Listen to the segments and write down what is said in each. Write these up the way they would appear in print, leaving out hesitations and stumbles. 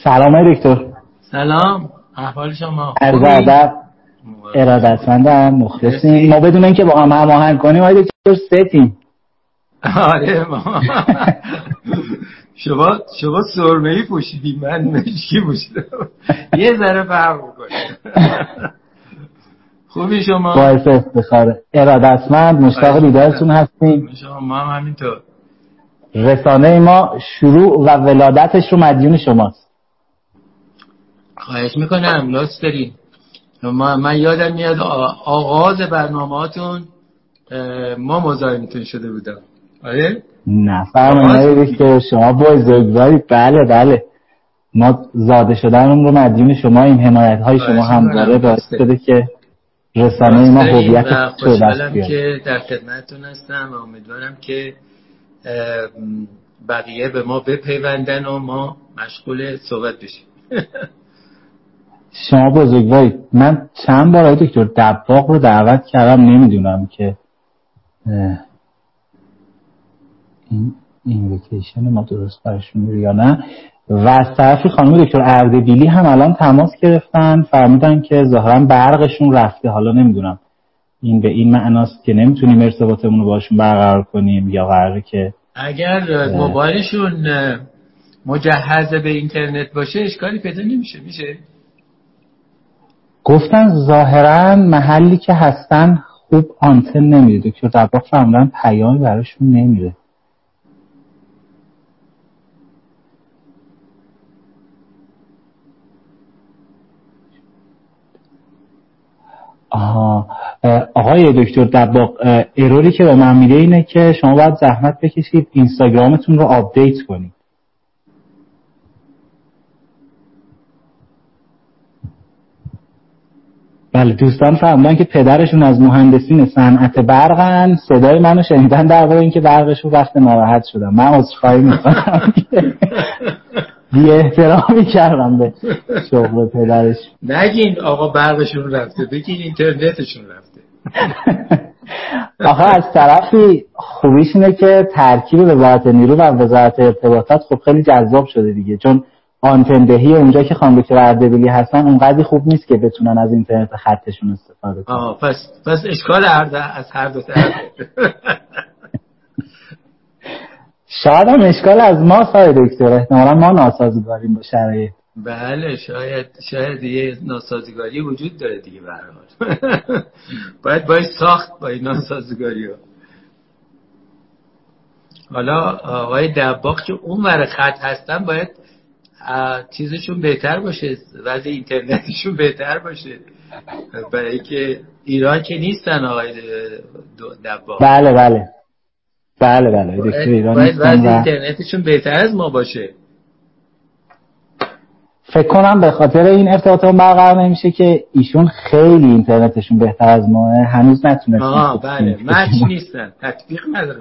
سلام های دکتر. سلام، احوال شما؟ عرض ادب، ارادتمندم، مخلصیم. ما بدون اینکه با هم هماهنگ کنیم های دکتر ستیم. آره ما شما سرمه‌ای پوشیدی، من مشکی پوشیدم، یه ذره فرق می‌کنه. خوبی شما؟ باعث افتخاره. ارادتمند، مشتاق دیدارتون هستیم. ما هم همینطور. رسانه ما شروع و ولادتش رو مدیون شماست. خواهش میکنم، لطف دارین. من یادم میاد آغاز برنامه‌هاتون ما مزاحمتون شده بودم. آره؟ نه فرمایید که شما بزرگوارید. بله ما زاده شدنمون رو مدیون شما، این حمایت‌های شما همواره باعث شده که رسانه ما هویت خودش رو خوشحالم که در خدمتتون هستم و امیدوارم که بقیه به ما بپیوندن و ما مشغول صحبت بشیم. شما بزرگوارید. من چند بار دکتر دباغ رو دعوت کردم، نمیدونم که این اینویتیشن ما درست برش میره یا نه. و از طرفی خانم دکتر اردبیلی هم الان تماس گرفتن، فرمودن که ظاهرا برقشون رفته. حالا نمیدونم این به این معناست که نمیتونیم ارتباطمون رو باشون برقرار کنیم یا قراره که اگر موبایلشون مجهز به اینترنت باشه اشکالی پیدا نمیشه. میشه گفتن ظاهرا محلی که هستن خوب آنتن نمیده. دکتر دباغ فرمودن پیامی براشون نمیره. آقای دکتر دباغ، اروری که به من میده اینه که شما باید زحمت بکشید اینستاگرامتون رو آپدیت کنید. بله، دوستان فرمودن که پدرشون از مهندسین صنعت برقن. صدای منو شنیدن درباره اینکه برقشون وقت ناراحت شدم. من عذرخواهی میکنم که بی احترامی کردم به شغل پدرش. نگین آقا برقشون رفته، بگین اینترنتشون رفته. آخه از طرفی خوبیش اینه که ترکیب وزارت نیرو و وزارت ارتباطات خب خیلی جذاب شده دیگه، چون آنتن دهی اونجا که خانم دکتر اردبیلی هستن اونقدر خوب نیست که بتونن از اینترنت خطشون استفاده کنن. پس اشکال از هر دو طرف. شاید هم اشکال از ما سای دکتر، احتمالا ما ناسازگاریم با شرایط. بله شاید یه ناسازگاری وجود داره دیگه. به هر حال باید ساخت با این ناسازگاری ها. حالا آقای دباغ که اون ور خط هستن باید چیزشون بهتر باشه، وضع اینترنتشون بهتر باشه، برای که ایران که نیستن آقای دباغ. بله دکتر ایران باید نیستن وضع اینترنتشون بهتر از ما باشه. فکر کنم به خاطر این ارتباطمون برقرار نمیشه که ایشون خیلی اینترنتشون بهتر از ماه، هنوز نتونستن. بله مچ نیستن، تطبیق نداره،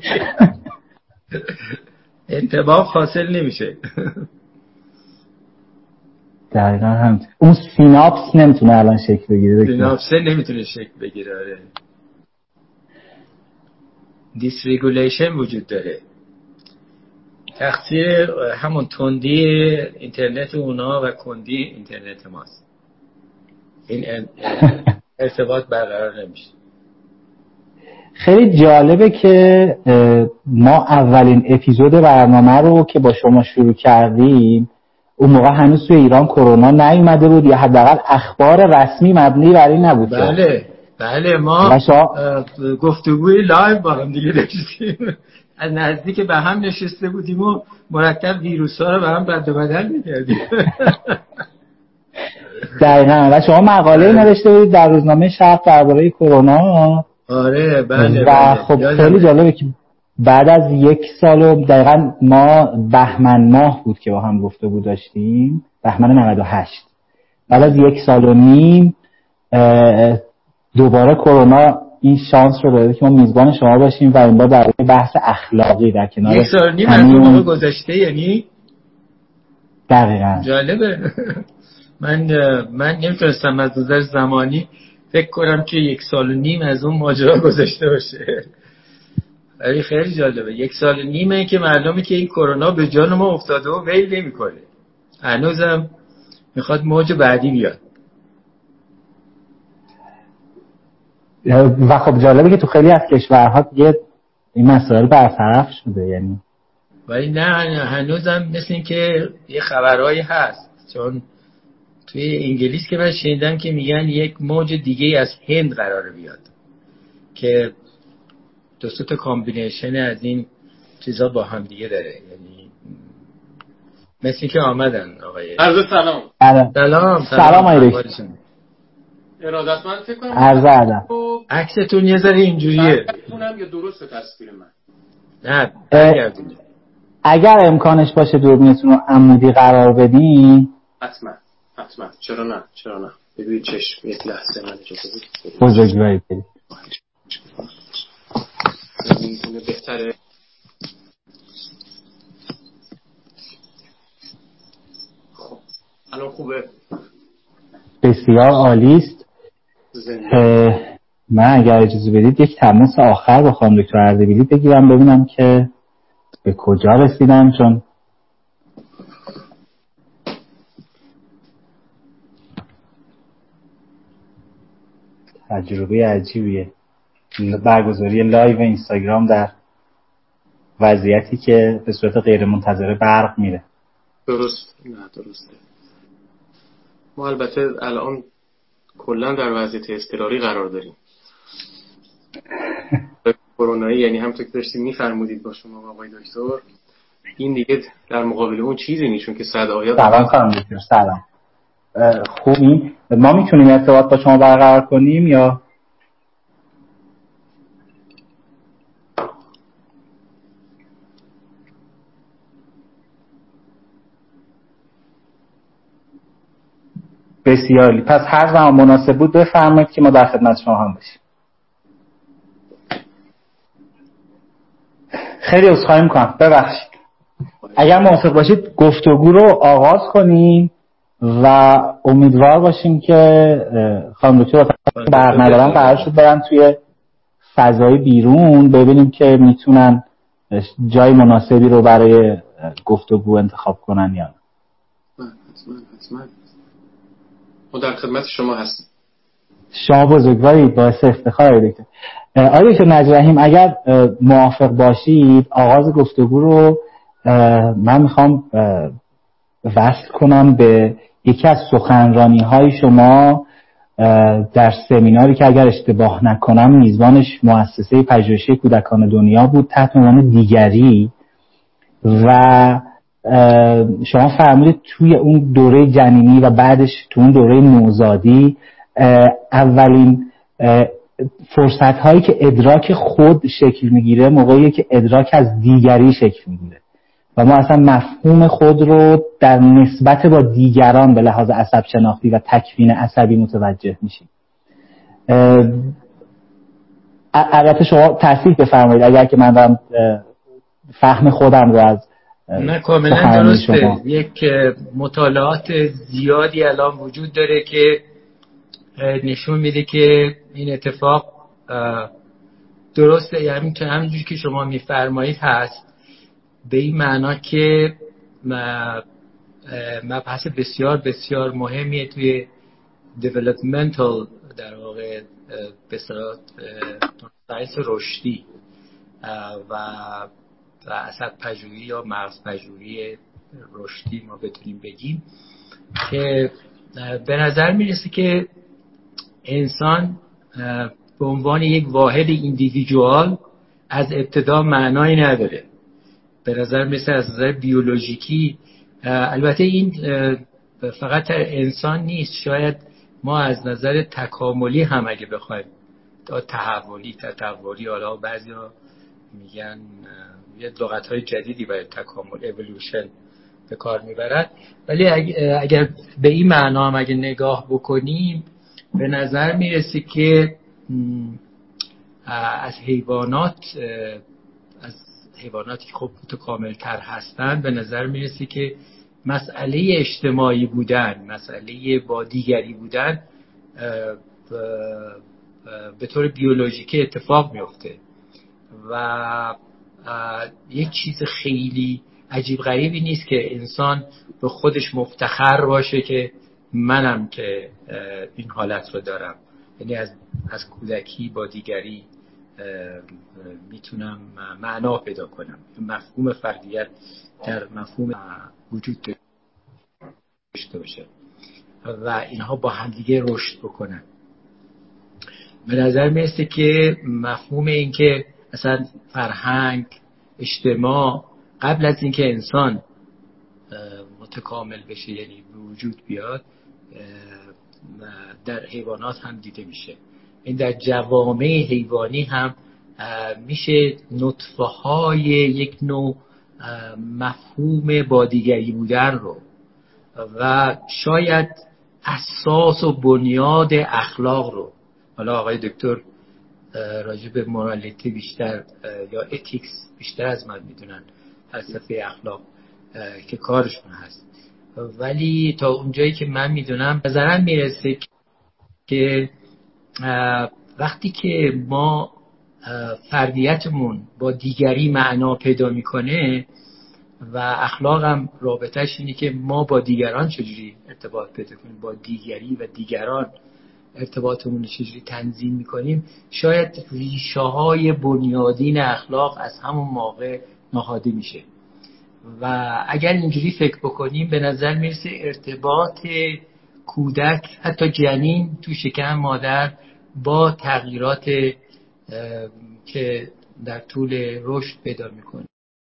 انطباق حاصل نمیشه. دقیقا هم اون سیناپس نمیتونه الان شکل بگیره. سیناپس نمیتونه شکل بگیره. آره دیسریگولیشن وجود داره. تقصیر همون تندی اینترنت اونا و کندی اینترنت ماست. این ارتباط برقرار نمیشه. خیلی جالبه که ما اولین اپیزود برنامه رو که با شما شروع کردیم اون موقع هنوز توی ایران کرونا نیومده بود یا حداقل اخبار رسمی مبنی بر این نبود. بله ما گفتگوی لایو با هم دیگه داشتیم، از نزدیک به هم نشسته بودیم و مرتب ویروس‌ها رو به هم رد و بدل می‌کردیم. دقیقاً. و شما مقاله نوشته بودید در روزنامه شرق درباره کرونا. آره بله. و خب خیلی جالبه که بعد از 1 سال و دقیقاً ما بهمن ماه بود که با هم گفتگو داشتیم، بهمن 98. بعد از 1 سال و نیم دوباره کرونا این شانس رو داده که ما میزبان شما باشیم و این بار در بحث اخلاقی در کنار 1 سال و نیم از اون موقع گذشته. یعنی دقیقاً جالبه. من نمیتونستم از نظر زمانی فکر کنم که 1 سال و نیم از اون ماجرا گذشته باشه. ولی خیلی جالبه 1 سال و نیمه که معلومه که این کرونا به جان ما افتاده و ویل نمی‌کنه. هنوزم میخواد موج بعدی بیاد. و خب جالبه که تو خیلی از کشورها دیگه این مسائل برطرف شده، یعنی ولی نه هنوزم مثل این که یه خبرهایی هست، چون توی انگلیس که من شنیدم که میگن یک موج دیگه از هند قراره بیاد که دو تا کامبینیشن از این چیزا با هم دیگه داره، یعنی مثل این که آمدن. آقای عرض سلام. سلام علیکم. ارادتمند فکر کنم عرض ادب. عکستون یه ذره اینجوریه. اونم یا درسته تصویر من؟ نه برگردونید. اگر امکانش باشه دوربینتون رو عمودی قرار بدین. حتما. چرا نه؟ ببینید چشم یک لحظه من اجازه بدید. بزرگواری بدید. این بهتره. خب الان خوبه. بسیار عالی است. من اگر اجازه بدید یک تماس آخر با خانم دکتر اردبیلی بگیرم ببینم که به کجا رسیدم، چون تجربه عجیبیه برگزاری لایو اینستاگرام در وضعیتی که به صورت غیر منتظره برق میره. درسته. ما البته الان کلا در وضعیت اضطراری قرار داریم. کرونایی، یعنی همونطور که داشتیم میفرمودید با شما آقای دکتر، این دیگه در مقابل اون چیزی نیست، چون که صداها سلام خانم دکتر. سلام. خوبی؟ ما میتونیم ارتباط با شما برقرار کنیم یا بسیاری؟ پس هر زمان مناسب بود بفرمایید که ما در خدمت شما هم باشیم. خیلی عذرخواهی میکنم، ببخشید. اگر موافق باشید گفتگو رو آغاز کنیم و امیدوار باشیم که خانم دکتر برق ندارن قرار شد برن توی فضای بیرون، ببینیم که میتونن جای مناسبی رو برای گفتگو انتخاب کنن یا نه. حتما. ما در خدمت شما هستیم. شما بزرگواری، باعث افتخار دکتر. آقای دکتر نجم اگر موافق باشید آغاز گفتگو رو من میخوام وصل کنم به یکی از سخنرانی‌های شما در سمیناری که اگر اشتباه نکنم میزبانش مؤسسه پژوهشی کودکان دنیا بود تحت عنوان دیگری، و شما فرمودید توی اون دوره جنینی و بعدش تو اون دوره نوزادی اولین فرصت هایی که ادراک خود شکل میگیره موقعی که ادراک از دیگری شکل میگیره و ما اصلا مفهوم خود رو در نسبت با دیگران به لحاظ عصب شناختی و تکوین عصبی متوجه میشیم. البته شما تصحیح بفرمایید اگر که من دارم فهم خودم رو از نه کاملا درسته. یک مطالعات زیادی الان وجود داره که نشون میده که این اتفاق درسته، یعنی همونجوری که شما میفرمایید هست، به این معنا که مبحث بسیار بسیار مهمیه توی developmental در واقع به اصطلاح ساینس رشدی و عصب پژوهی یا مغز پژوهی رشدی ما بتونیم بگیم، که به نظر میرسه که انسان به عنوان یک واحد ایندیویدوال از ابتدا معنایی نداره. به نظر میرسه از نظر بیولوژیکی، البته این فقط انسان نیست، شاید ما از نظر تکاملی هم اگه بخوایم تا تطوری، حالا بعضیا میگن یه لغت‌های جدیدی برای تکامل اِوولوشن به کار میبرد، ولی اگر به این معنا هم اگه نگاه بکنیم به نظر میرسه که از حیواناتی که خب متکامل‌تر هستن به نظر میرسه که مسئله اجتماعی بودن، مسئله با دیگری بودن به طور بیولوژیکی اتفاق میفته و یک چیز خیلی عجیب غریبی نیست که انسان به خودش مفتخر باشه که منم که این حالت رو دارم. یعنی از کودکی با دیگری میتونم معنا پیدا کنم، مفهوم فردیت در مفهوم وجود داشته باشه و اینها با همدیگه رشد بکنن. به نظر میرسه که مفهوم این که اصلا فرهنگ، اجتماع قبل از اینکه انسان متکامل بشه، یعنی به وجود بیاد، در حیوانات هم دیده میشه. این در جوامع حیوانی هم میشه نطفه های یک نوع مفهوم با دیگری بودن رو و شاید اساس و بنیاد اخلاق رو، حالا آقای دکتر راجع به مورالیتی بیشتر یا اتیکس بیشتر از من میدونن، فلسفه اخلاق که کارشون هست، ولی تا اونجایی که من میدونم نظرم میرسه که وقتی که ما فردیتمون با دیگری معنا پیدا میکنه و اخلاق هم رابطهش اینه که ما با دیگران چجوری ارتباط پیدا کنیم، با دیگری و دیگران ارتباطمون رو چجوری تنظیم میکنیم، شاید ریشه های بنیادین اخلاق از همون موقع نهاده میشه. و اگر اینجوری فکر بکنیم به نظر میرسه ارتباط کودک، حتی جنین تو شکم مادر، با تغییرات که در طول رشد پیدا میکنه،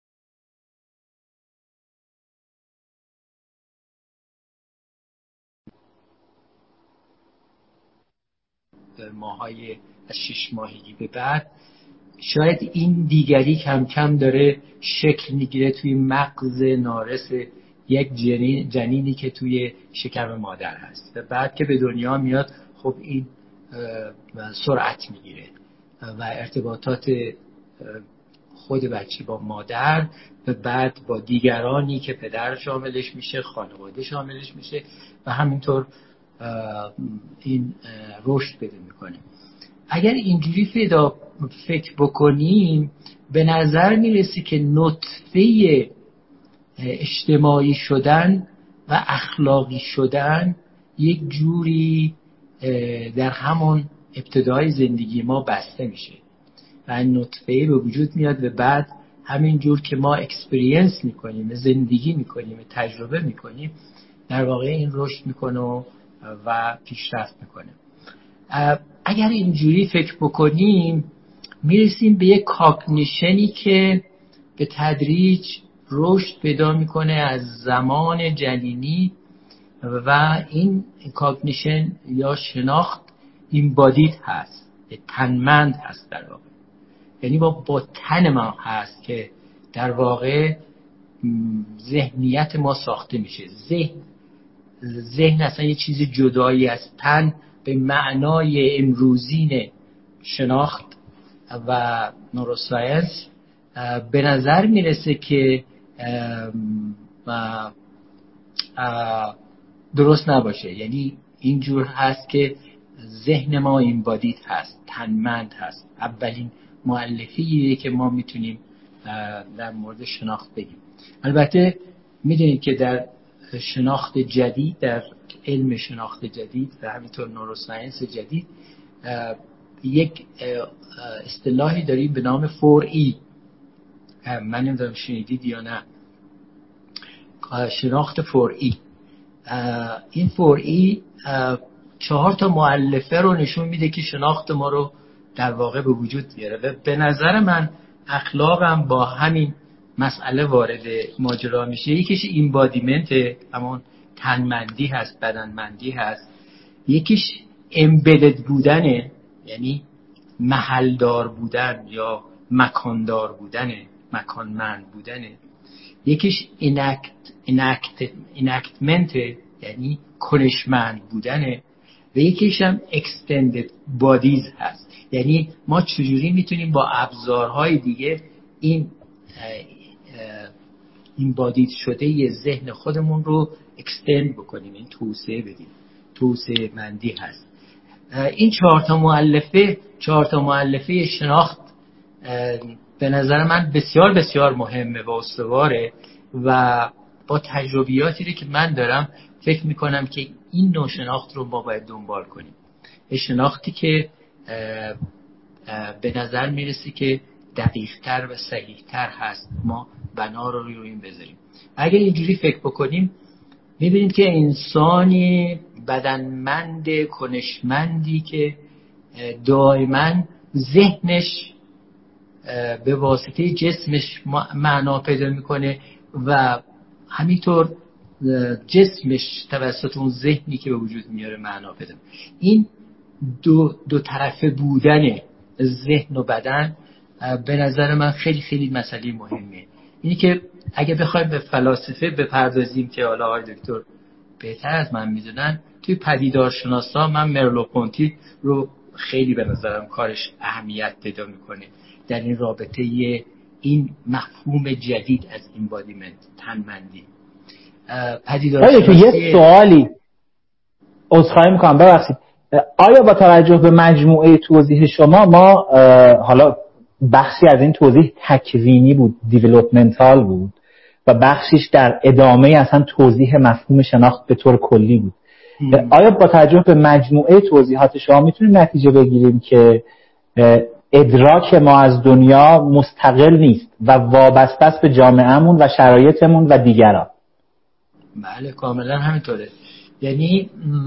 ماهای از 6 ماهگی به بعد، شاید این دیگری کم کم داره شکل میگیره توی مغز نارس یک جنینی که توی شکم مادر هست و بعد که به دنیا میاد خب این سرعت میگیره و ارتباطات خود بچه با مادر و بعد با دیگرانی که پدر شاملش میشه، خانواده شاملش میشه و همینطور این رشد پیدا میکنه. اگر اینجوری فکر بکنیم به نظر میرسه که نطفه اجتماعی شدن و اخلاقی شدن یک جوری در همون ابتدای زندگی ما بسته میشه و این نطفه به وجود میاد و بعد همین جور که ما اکسپریانس میکنیم، زندگی میکنیم، تجربه میکنیم، در واقع این رشد میکنه و پیشرفت میکنه. اگر اینجوری فکر بکنیم میرسیم به یک کاگنیشنی که به تدریج رشد پیدا میکنه از زمان جنینی و این کاگنیشن یا شناخت ایمبادید هست، تنمند هست در واقع. یعنی با تن ما هست که در واقع ذهنیت ما ساخته میشه. ذهن اصلا یه چیز جدایی از تن به معنای امروزین شناخت و نوروساینس به نظر میرسه که درست نباشه. یعنی اینجور هست که ذهن ما اینبادید هست، تنمند هست. اولین مؤلفه‌ایه که ما میتونیم در مورد شناخت بگیم. البته میدونید که در شناخت جدید، در علم شناخت جدید و همینطور نوروساینس جدید یک اصطلاحی داریم به نام 4E. من نمیدونم شنیدید یا نه. شناخت 4E. این 4E 4 تا مؤلفه رو نشون میده که شناخت ما رو در واقع به وجود میاره و به نظر من اخلاقم با همین مسئله وارد ماجرا میشه. یکیش اینبادیمنت، همون تنمندی هست، بدنمندی هست. یکیش امبدد بودنه، یعنی محلدار بودن یا مکاندار بودنه، مکانمند بودنه. یکیش اناکتمنت، یعنی کنشمند بودنه و یکیش هم extended bodies هست. یعنی ما چجوری میتونیم با ابزارهای دیگه این بادید شده یه ذهن خودمون رو اکستند بکنیم، این توسعه بدیم. توسعه مندی هست. این 4 تا مؤلفه شناخت به نظر من بسیار بسیار مهمه و استواره و با تجربیاتی که من دارم فکر میکنم که این نوع شناخت رو ما باید دنبال کنیم. شناختی که به نظر میرسه که دقیق‌تر و صحیح‌تر هست، ما بنا رو روی این بذاریم. اگر اینجوری فکر بکنیم میبینیم که انسانی بدنمند کنشمندی که دائما ذهنش به واسطه جسمش معنا پیدا میکنه و همینطور جسمش توسط اون ذهنی که به وجود میاره معنا پیدا میکنه. این دو طرفه بودن ذهن و بدن به نظر من خیلی خیلی مسئله مهمه. اینی که اگه بخوایم به فلاسفه بپردازیم که حالا آقای دکتر بهتر از من میدونن، توی پدیدارشناسا من مرلو-پونتی رو خیلی به نظرم کارش اهمیت پیدا میکنه در این رابطه این مفهوم جدید از ایمبادیمنت، تنمندی. پدیدارشناسی یه سوالی عذرخواهی میکنم ببخشید، آیا با توجه به مجموعه توضیح شما ما حالا بخشی از این توضیح تکوینی بود، دیولپمنتال بود و بخشیش در ادامه اصلا توضیح مفهوم شناخت به طور کلی بود، آیا با توجه به مجموعه توضیحات شما میتونیم نتیجه بگیریم که ادراک ما از دنیا مستقل نیست و وابسته است به جامعهمون و شرایطمون و دیگران؟ بله کاملا همینطوره. یعنی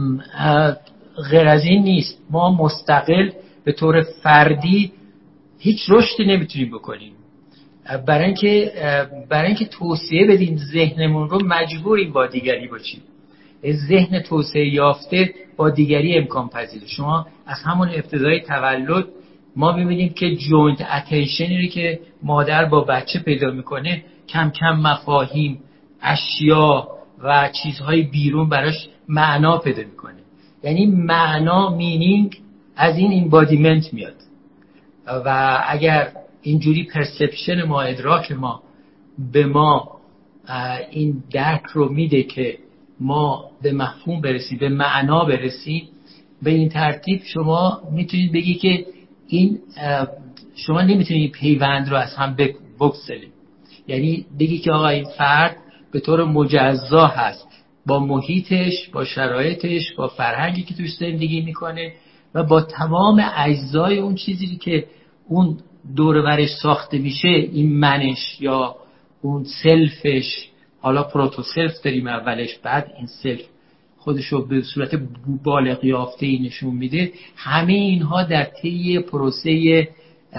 غیر از این نیست، ما مستقل به طور فردی هیچ رشدی نمیتونیم بکنیم. برای اینکه توسعه بدیم ذهنمون رو مجبوریم با دیگری باشیم. ذهن توسعه یافته با دیگری امکان پذیره. شما از همون ابتدای تولد ما می‌بینیم که جوینت اتنشنی که مادر با بچه پیدا میکنه کم کم مفاهیم، اشیا و چیزهای بیرون براش معنا پیدا میکنه. یعنی معنا، مینینگ از این ایمبادیمنت میاد و اگر اینجوری پرسپشن ما، ادراک ما به ما این درک رو میده که ما به مفهوم برسیم، به معنا برسیم، به این ترتیب شما میتونید بگی که این شما نمیتونید پیوند رو از هم بگسلید. یعنی بگی که آقا این فرد به طور مجزا هست با محیطش، با شرایطش، با فرهنگی که توش زندگی میکنه و با تمام اجزای اون چیزی که اون دور و برش ساخته میشه، این منش یا اون سلفش، حالا پروتو سلف داریم اولش، بعد این سلف خودشو به صورت بالغ یافته‌ای نشون میده. همه اینها در طی پروسه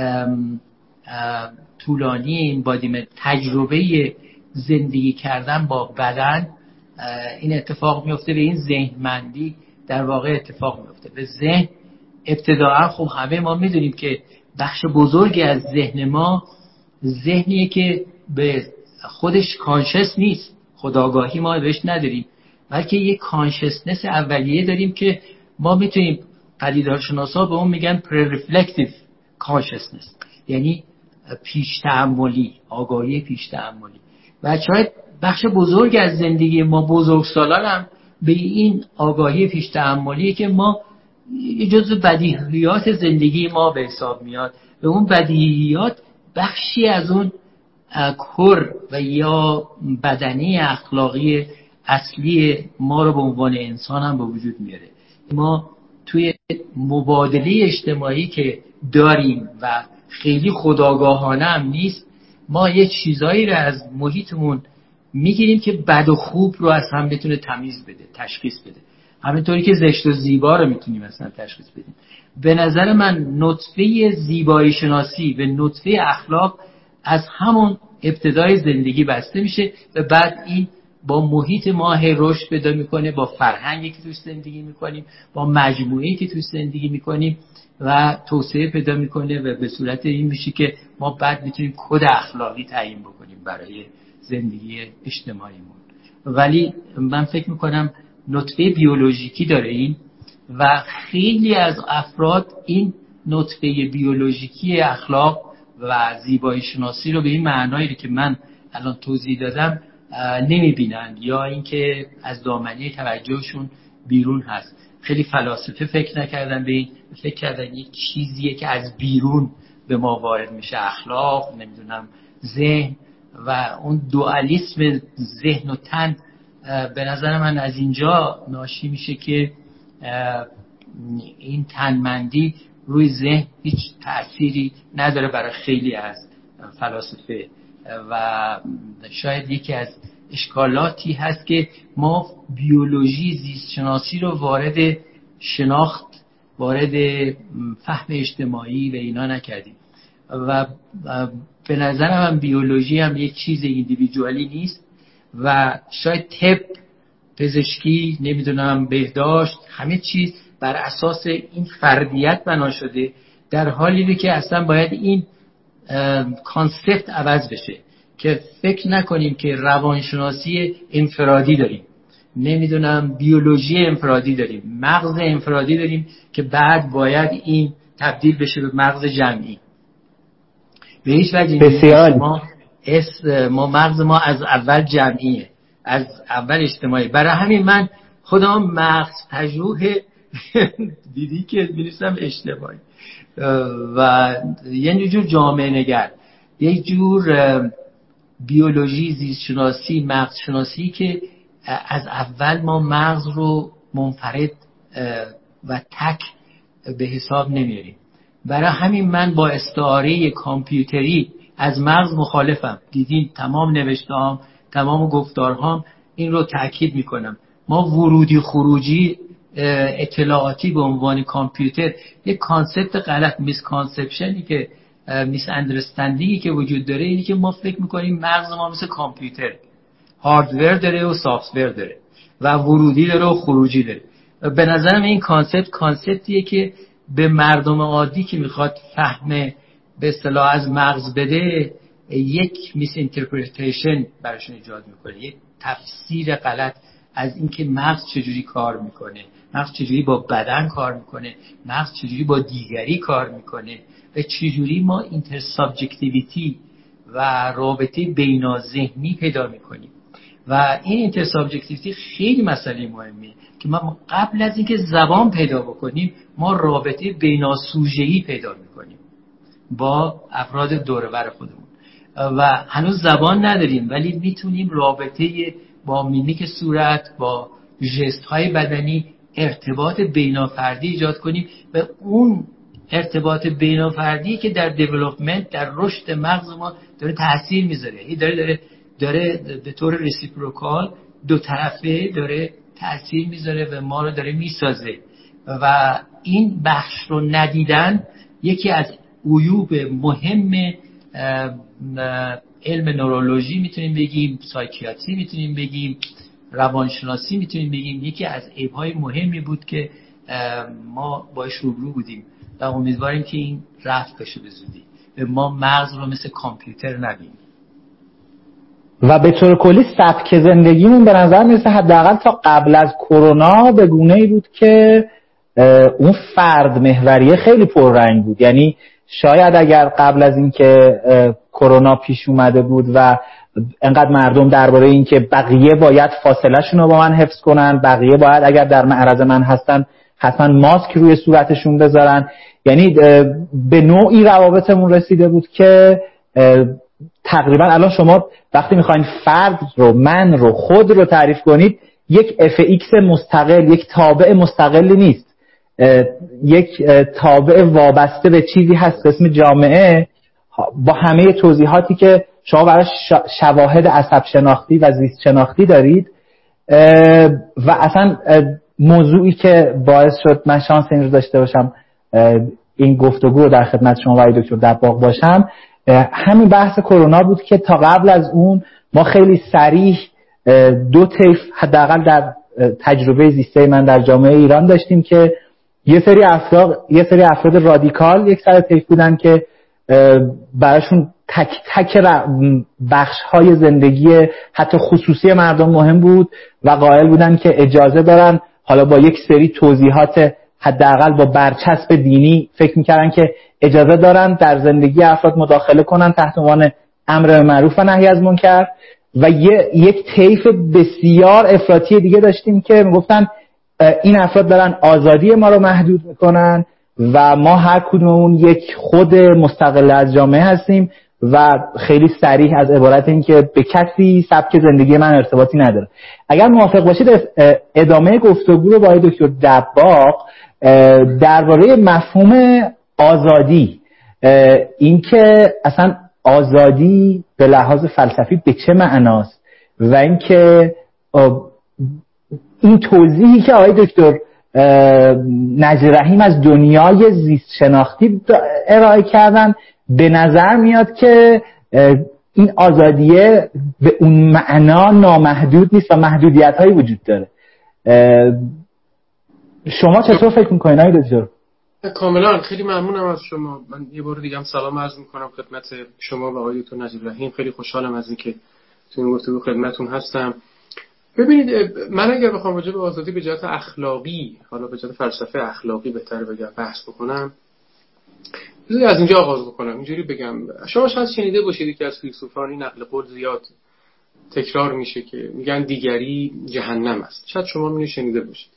طولانی این بادیمنت، تجربه زندگی کردن با بدن، این اتفاق میفته. به این ذهنمندی در واقع اتفاق میفته. به ذهن ابتداعا خب همه ما میدونیم که بخش بزرگی از ذهن ما ذهنیه که به خودش کانشس نیست، خودآگاهی ما بهش نداریم، بلکه یک کانشسنس اولیه داریم که ما میتونیم، پدیدارشناسا به اون میگن پری-ریفلکتیو کانشسنس، یعنی پیش تأملی، آگاهی پیش تأملی. و شاید بخش بزرگ از زندگی ما بزرگسالان هم به این آگاهی پیش تأملی که ما جزو بدیهیات زندگی ما به حساب میاد، به اون بدیهیات بخشی از اون کور و یا بدنی اخلاقی اصلی ما رو به عنوان انسان هم به وجود میاره. ما توی مبادله اجتماعی که داریم و خیلی خودآگاهانه هم نیست، ما یه چیزایی رو از محیطمون میگیریم که بد و خوب رو از هم بتونه تمیز بده، تشخیص بده. همینطوری که زشت و زیبا رو میتونیم مثلا تشخیص بدیم. به نظر من نطفه زیبایی شناسی و نطفه اخلاق از همون ابتدای زندگی بسته میشه و بعد این با محیط ما رشد پیدا میکنه، با فرهنگی که توش زندگی میکنیم، با مجموعه‌ای که توش زندگی میکنیم و توسعه پیدا میکنه و به صورت این میشه که ما بعد میتونیم کد اخلاقی تعیین بکنیم برای زندگی اجتماعیمون. ولی من فکر میکنم نطفه بیولوژیکی داره این و خیلی از افراد این نطفه بیولوژیکی اخلاق و زیبایی شناسی رو به این معنایی که من الان توضیح دادم نمیبینن، یا اینکه از دامنه توجهشون بیرون هست. خیلی فلاسفه فکر نکردن به این، فکر کردن یک چیزیه که از بیرون به ما وارد میشه، اخلاق، نمیدونم ذهن، و اون دوالیسم ذهن و تن به نظر من از اینجا ناشی میشه که این تنمندی روی ذهن هیچ تأثیری نداره برای خیلی از فلاسفه و شاید یکی از اشکالاتی هست که ما بیولوژی زیست شناسی رو وارد شناخت، وارد فهم اجتماعی و اینا نکردیم و به نظر من بیولوژی هم یک چیز ایندیویدوالی نیست و شاید طب، پزشکی، نمیدونم بهداشت، همه چیز بر اساس این فردیت بنا شده، در حالی که اصلا باید این کانسپت عوض بشه که فکر نکنیم که روانشناسی انفرادی داریم، نمیدونم بیولوژی انفرادی داریم، مغز انفرادی داریم که بعد باید این تبدیل بشه به مغز جمعی. به هیچ وجه بسیار ما مغز ما از اول جمعیه، از اول اجتماعی. برای همین من خودم مغز پژوه دیدی که می‌نویسم اجتماعی و یه جور جامعه نگر، یک جور بیولوژی، زیست شناسی، مغز شناسی که از اول ما مغز رو منفرد و تک به حساب نمیاریم. برای همین من با استعاره کامپیوتری از مغز مخالفم. دیدین تمام نوشته‌هام، تمام گفتارهام این رو تأکید میکنم. ما ورودی خروجی اطلاعاتی به عنوان کامپیوتر یک کانسپت غلط، میس کانسپشنی که میس اندرستندینگی که وجود داره اینی که ما فکر میکنیم مغز ما مثل کامپیوتر هاردور داره و سافتور داره و ورودی داره و خروجی داره. به نظرم این کانسپتیه که به مردم عادی که میخواد فهم به اصطلاح از مغز بده یک میس اینترپریتیشن براشون ایجاد میکنه، یک تفسیر غلط از اینکه مغز چجوری کار میکنه، مغز چجوری با بدن کار میکنه، مغز چجوری با دیگری کار میکنه و چجوری ما اینتر سابجکتیویتی و رابطه بیناذهنی پیدا میکنیم. و این اینتر سابجکتیویتی خیلی مسئله مهمیه که ما قبل از اینکه زبان پیدا بکنیم ما رابطه بیناسوژه‌ای پیدا میکنیم با افراد دور و بر خودمون و هنوز زبان نداریم ولی میتونیم رابطه با میمیک صورت، با ژست های بدنی ارتباط بینافردی ایجاد کنیم و اون ارتباط بینافردی که در دیولپمنت، در رشد مغز ما داره تاثیر میذاره، داره به طور ریسیپروکال دو طرفه داره تاثیر میذاره و ما رو داره میسازه و این بخش رو ندیدن یکی از عیوب مهم علم نورولوژی میتونیم بگیم، سایکیاتری میتونیم بگیم، روانشناسی میتونیم بگیم، یکی از عیب‌های مهمی بود که ما باش روبرو بودیم و امیدواریم که این رفع بشه به زودی، ما مغز رو مثل کامپیوتر نبینیم. و به طور کلی سبک زندگیمون به نظر میرسه حداقل تا قبل از کرونا به گونه‌ای بود که اون فرد محوریه خیلی پررنگ بود. یعنی شاید اگر قبل از این که کرونا پیش اومده بود و انقدر مردم درباره این که بقیه باید فاصله شون رو با من حفظ کنن، بقیه باید اگر در معرض من هستن حتما ماسک روی صورتشون بذارن، یعنی به نوعی روابطمون رسیده بود که تقریبا الان شما وقتی میخواین فرد رو، من رو، خود رو تعریف کنید یک اف ایکس مستقل، یک تابع مستقلی نیست، یک تابع وابسته به چیزی هست به اسم جامعه با همه توضیحاتی که شما برای شواهد عصب شناختی و زیست شناختی دارید. و اصلا موضوعی که باعث شد من شانس این رو داشته باشم این گفتگو رو در خدمت شما و دکتر دباغ باشم همین بحث کرونا بود که تا قبل از اون ما خیلی صریح دو طیف حداقل در تجربه زیسته من در جامعه ایران داشتیم که یه سری افراد رادیکال یک سر طیف بودن که براشون تک تک بخش‌های زندگی حتی خصوصی مردم مهم بود و قائل بودن که اجازه دارن حالا با یک سری توضیحات حداقل با برچسب دینی فکر می‌کردن که اجازه دارن در زندگی افراد مداخله کنن تحت عنوان امر معروف و نهی از منکر. و یک طیف بسیار افراطی دیگه داشتیم که میگفتن این افراد دارن آزادی ما رو محدود میکنن و ما هر کدوممون یک خود مستقل از جامعه هستیم و خیلی صریح از عبارت این که به کسی سبک زندگی من ارتباطی نداره. اگر موافق باشید ادامه گفتگو رو با آقای دکتر دباغ درباره مفهوم آزادی، این که اصلا آزادی به لحاظ فلسفی به چه معناست و اینکه این توضیحی که آقای دکتر نجی رحیم از دنیای زیست شناختی ارائه کردن، به نظر میاد که این آزادیه به اون معنا نامحدود نیست و محدودیت‌هایی وجود داره. شما چطور فکر می‌کنید آقای دکتر؟ کاملا، خیلی ممنونم از شما. من یه بار دیگه هم سلام عرض می‌کنم خدمت شما و آقای دکتر نجی رحیم. خیلی خوشحالم از اینکه تو این گفتگو خدمتتون هستم. ببینید، من اگر بخوام راجع به آزادی به جهت اخلاقی، حالا به جهت فلسفه اخلاقی بهتره بگم، بحث بکنم، از اینجا آغاز بکنم. اینجوری بگم، شما شاید شنیده باشید که از فیلسوفان این نقل قول زیاد تکرار میشه که میگن دیگری جهنم است. شاید شما اینو شنیده باشید.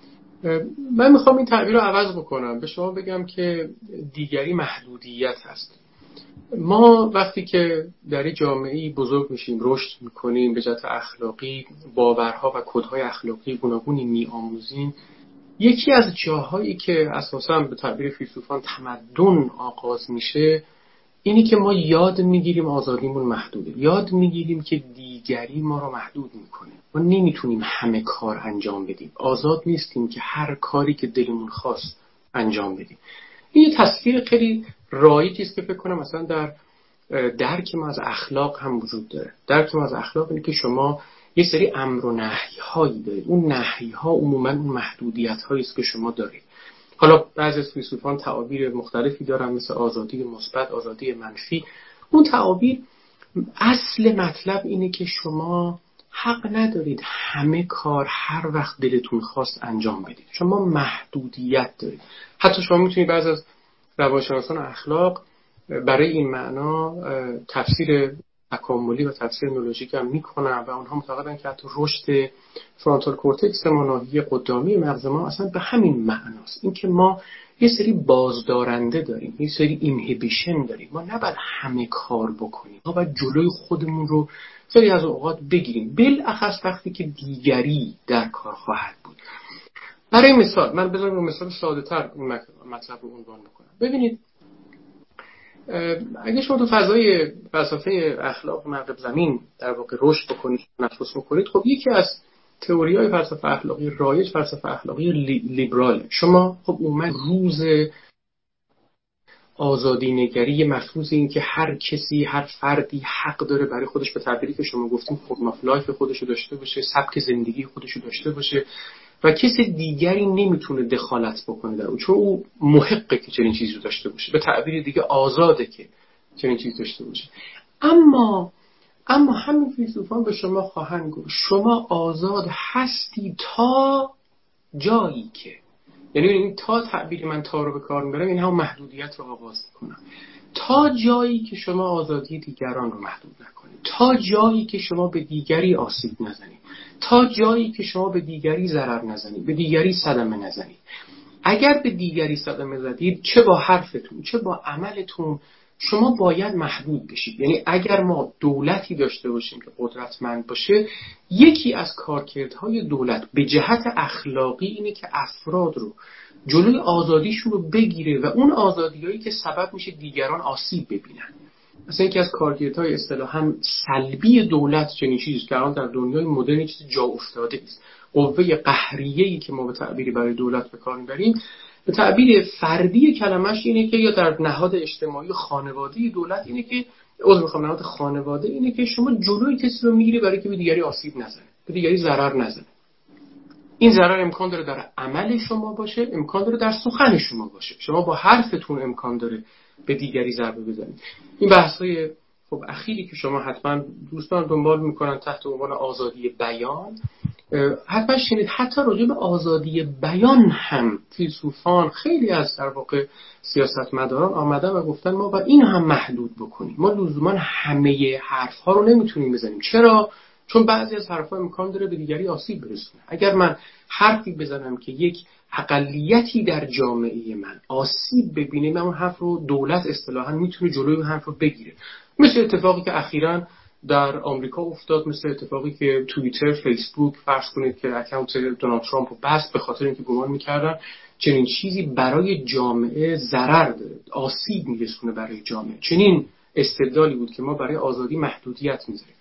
من میخوام این تعبیر رو عوض بکنم، به شما بگم که دیگری محدودیت هست. ما وقتی که در یک جامعه‌ای بزرگ میشیم، رشد میکنیم، به جهت اخلاقی باورها و کدهای اخلاقی گوناگونی میآموزیم، یکی از جاهایی که اساساً به تعبیر فیلسوفان تمدن آغاز میشه اینی که ما یاد میگیریم آزادیمون محدوده، یاد میگیریم که دیگری ما رو محدود میکنه. ما نمیتونیم همه کار انجام بدیم، آزاد نیستیم که هر کاری که دلمون خواست انجام بدیم. این یه تصویر خیلی رایجی است که فکر کنم مثلا در درک ما از اخلاق هم وجود داره. درک ما از اخلاق اینه که شما یه سری امر و نهی‌هایی دارید، اون نهی‌ها عموماً اون محدودیت‌هایی است که شما دارید. حالا بعضی از فیلسوفان تعابیر مختلفی دارن، مثل آزادی مثبت، آزادی منفی. اون تعابیر اصل مطلب اینه که شما حق ندارید همه کار هر وقت دلتون خواست انجام بدید. شما محدودیت دارید. حتی شما میتونید بعضی از روانشناسان اخلاق برای این معنا تفسیر تکاملی و تفسیر نولوژیک هم میکنن و اونها معتقدن که حتی رشد فرانتال کورتکس ما، ناحیه قدامی مغز ما، اصلا به همین معناست. این که ما یه سری بازدارنده داریم، یه سری اینهیبیشن داریم. ما نباید همه کار بکنیم، ما باید جلوی خودمون رو خیلی از اوقات بگیریم، بالاخص وقتی که دیگری در کار خواهد بود. برای مثال، من بذارم مثال ساده‌تر این مطلب رو عنوان بکنم. ببینید، اگه شما تو فضای فلسفه اخلاق مغرب زمین در واقع رشد بکنید، تنفس بکنید، خب یکی از تئوری‌های فلسفه اخلاقی رایج فلسفه اخلاقی لیبراله. شما خب اومد روز آزادی نگری، مفروض این که هر کسی، هر فردی حق داره برای خودش، به تعبیری که شما گفتیم، فرم اف لایف خودشو داشته باشه، سبک زندگی خودشو داشته باشه و کسی دیگری نمیتونه دخالت بکنه در اون، چون او محقه که چنین چیزی رو داشته باشه. به تعبیر دیگه آزاده که چنین چیزی داشته باشه. اما همین فیلسوفان به شما خواهند گفت شما آزاد هستی تا جایی که، یعنی این تا تعبیر من تا رو به کار میبرم، این هم محدودیت رو آغاز میکنم، تا جایی که شما آزادی دیگران رو محدود نکنید، تا جایی که شما به دیگری آسیب نزنید، تا جایی که شما به دیگری ضرر نزنید، به دیگری صدمه نزنید. اگر به دیگری صدمه زدید، چه با حرفتون چه با عملتون، شما باید محدود بشید. یعنی اگر ما دولتی داشته باشیم که قدرتمند باشه، یکی از کارکردهای دولت به جهت اخلاقی اینه که افراد رو جلوی آزادیشون رو بگیره و اون آزادیایی که سبب میشه دیگران آسیب ببینن. مثلا یکی از کارکردهای اصطلاحاً سلبی دولت چنین چیزی که الان در دنیای مدرن چیز جا افتاده است. قوه قهریه‌ای که ما به تعبیری برای دولت به کار می‌بریم، به تعبیر فردی کلمش اینه که، یا در نهاد اجتماعی خانوادگی دولت اینه که، نهاد خانواده اینه که شما جلوی کسی رو میگیری برای که به دیگری آسیب نزنه، به دیگری ضرر نزنه. این ضرر امکان داره در عمل شما باشه، امکان داره در سخن شما باشه. شما با حرفتون امکان داره به دیگری ضربه بزنید. این بحث‌های خب اخیری که شما حتما دوستان دنبال میکنن تحت عنوان آزادی بیان، حتما شنید حتی راجع به آزادی بیان هم فیلسوفان، خیلی از در واقع سیاستمداران آمدن و گفتن ما باید این هم محدود بکنیم. ما لزوما همه حرف‌ها رو نمیتونیم بزنیم. چرا؟ چون بعضی از حرف‌ها امکان داره به دیگری آسیب برسونه. اگر من حرفی بزنم که یک اقلیتی در جامعه من آسیب ببینه، من اون حرف رو، دولت اصطلاحاً میتونه جلوی اون حرف رو بگیره. مثل اتفاقی که اخیراً در آمریکا افتاد، مثل اتفاقی که توییتر، فیسبوک فرض کنید که اکانت دونالد ترامپ رو بست به خاطر اینکه گمان می‌کردن چنین چیزی برای جامعه ضرر داره، آسیب میرسونه برای جامعه. چنین استدلالی بود که ما برای آزادی محدودیت میذاریم.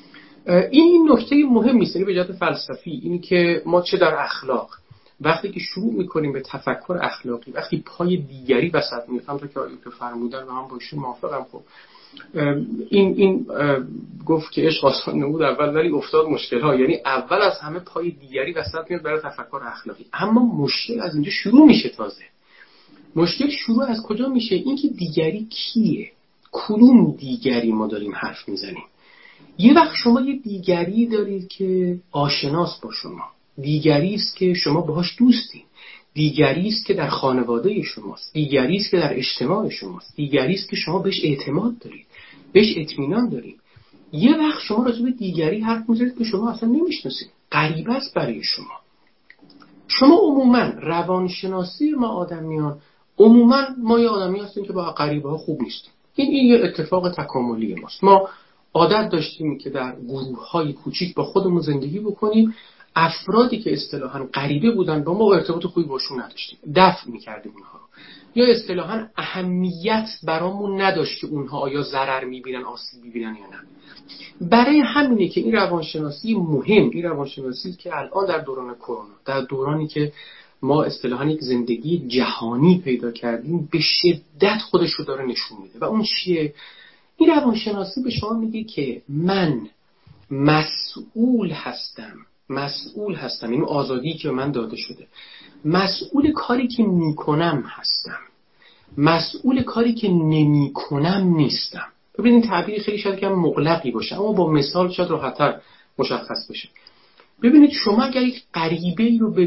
این نکته مهمی است، به جهت فلسفی، اینی که ما چه در اخلاق وقتی که شروع میکنیم به تفکر اخلاقی، وقتی پای دیگری وسط میفهم، تا که آیوب فرمودن و من باشیم موافقم. خب این گفت که عشق آسان نبود اول ولی افتاد مشکل ها، یعنی اول از همه پای دیگری وسط میاد برای تفکر اخلاقی. اما مشکل از اینجا شروع میشه. تازه مشکل شروع از کجا میشه؟ اینکه دیگری کیه، کدوم دیگری ما داریم حرف میزنیم. یه وقت شما یه دیگری دارید که آشناس با شما، دیگری است که شما باهاش دوستین، دیگری است که در خانواده شماست، دیگری است که در اجتماع شماست، دیگری است که شما بهش اعتماد دارید، بهش اطمینان دارید. یه وقت شما راجع به دیگری حرف میزنید که شما اصلا نمیشناسید، غریبه است برای شما. شما عموما روانشناسی ما آدمیان، عموما ما یه آدمی هستیم که با غریبه ها خوب نیستیم. این یه اتفاق تکاملی ماست. ما عادت داشتیم که در گروه‌های کوچیک با خودمون زندگی بکنیم. افرادی که اصطلاحاً غریبه بودن با ما ارتباط خوبی باشون نداشتیم، دفع می‌کردیم اونها رو، یا اصطلاحاً اهمیت برامون نداشت که اونها آیا ضرر می‌بینن، آسیب می‌بینن یا نه. برای همینه که این روانشناسی مهم، این روانشناسی که الان در دوران کرونا، در دورانی که ما اصطلاحاً یک زندگی جهانی پیدا کردیم، به شدت خودش رو داره نشون میده. و اون چیه؟ این روانشناسی به شما میگه که من مسئول هستم، این آزادی که به من داده شده، مسئول کاری که میکنم هستم، مسئول کاری که نمیکنم نیستم. ببینید این تعبیر خیلی شاید که مغلقی باشه، اما با مثال شاید راحت‌تر مشخص بشه. ببینید شما اگر یک غریبه‌ای رو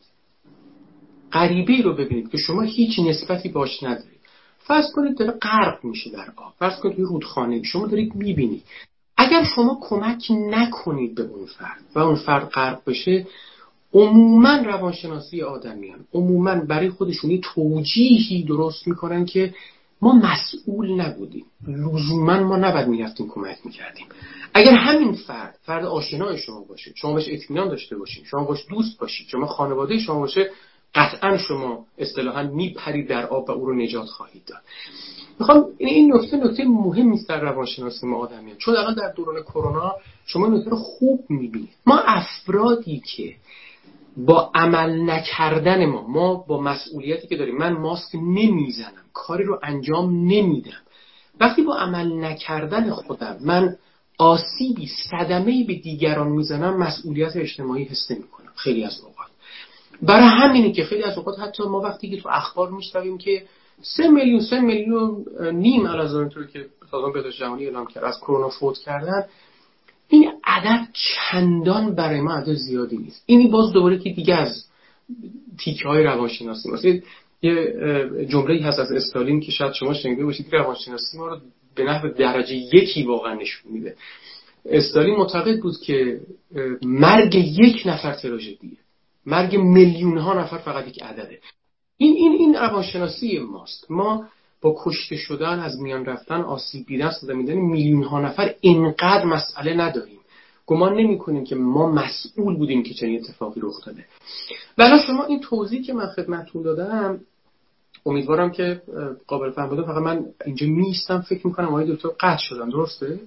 ببینید که شما هیچ نسبتی باش ندارید، فرض کنید داره غرق میشه در آب، فرض کنید توی رودخانه شما دارید میبینید، اگر شما کمک نکنید به اون فرد و اون فرد غرق بشه، عموما روانشناسی آدمیان عموما برای خودشون یه توجیهی درست میکنن که ما مسئول نبودیم، لزوما ما نباید میرفتیم کمک میکردیم. اگر همین فرد آشنای شما باشه، شما بهش اطمینان داشته باشید، شما باش دوست باشید، شما خانواده شما باشه، قطعا شما اصطلاحاً میپرید در آب و او رو نجات خواهید داد. میخوام این نکته مهمی است در روانشناسی ما آدمیان، چون الان در دوران کرونا شما نکته رو خوب میبینید. ما افرادی که با عمل نکردن ما با مسئولیتی که داریم، من ماسک نمیزنم، کاری رو انجام نمیدم، وقتی با عمل نکردن خودم من آسیبی، صدمه‌ای به دیگران میزنم، مسئولیت اجتماعی حس نمی‌کنم خیلی از اوقات. برای همینه که خیلی از اوقات حتی ما وقتی که تو اخبار میشنویم که 3 میلیون نیم علازانطوری که سازمان بهداشت جهانی اعلام کرد از کرونا فوت کردن، این عدد چندان برای ما عدد زیادی نیست. اینی باز دوباره که دیگه از تیکه‌های روانشناسی مثلا یه جمله‌ای هست از استالین که شاید شما شنیده باشید، روانشناسی ما رو به نحو درجه 1 واقعا نشون میده. استالین معتقد بود که مرگ یک نفر تراژدیه، مرگ میلیون‌ها نفر فقط یک عدده. این روانشناسی ماست. ما با کشته شدن، از میان رفتن، آسیب دیدن، صدمه دیدن میلیون‌ها نفر اینقدر مسئله نداریم. گمان نمی‌کنیم که ما مسئول بودیم که چنین اتفاقی رخ داده. ولی شما این توضیحی که من خدمتتون دادم، امیدوارم که قابل فهم بوده. فقط من اینجا میستم فکر می‌کنم آقای دکتر قطع شدن، درسته؟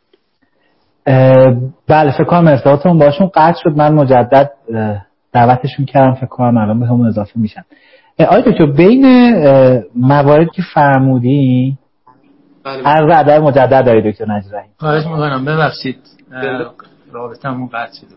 بله فکر کنم ارتباطمون باشون قطع شد. من مجدد دعوتشون کردم، فکر کنم الان به همون اضافه میشن. آقای دکتر بین مواردی که فرمودی عرض ادب مجدد داری دکتر نجیب رحیم. خواهش می‌کنم ببخشید رابطمون قطع شد.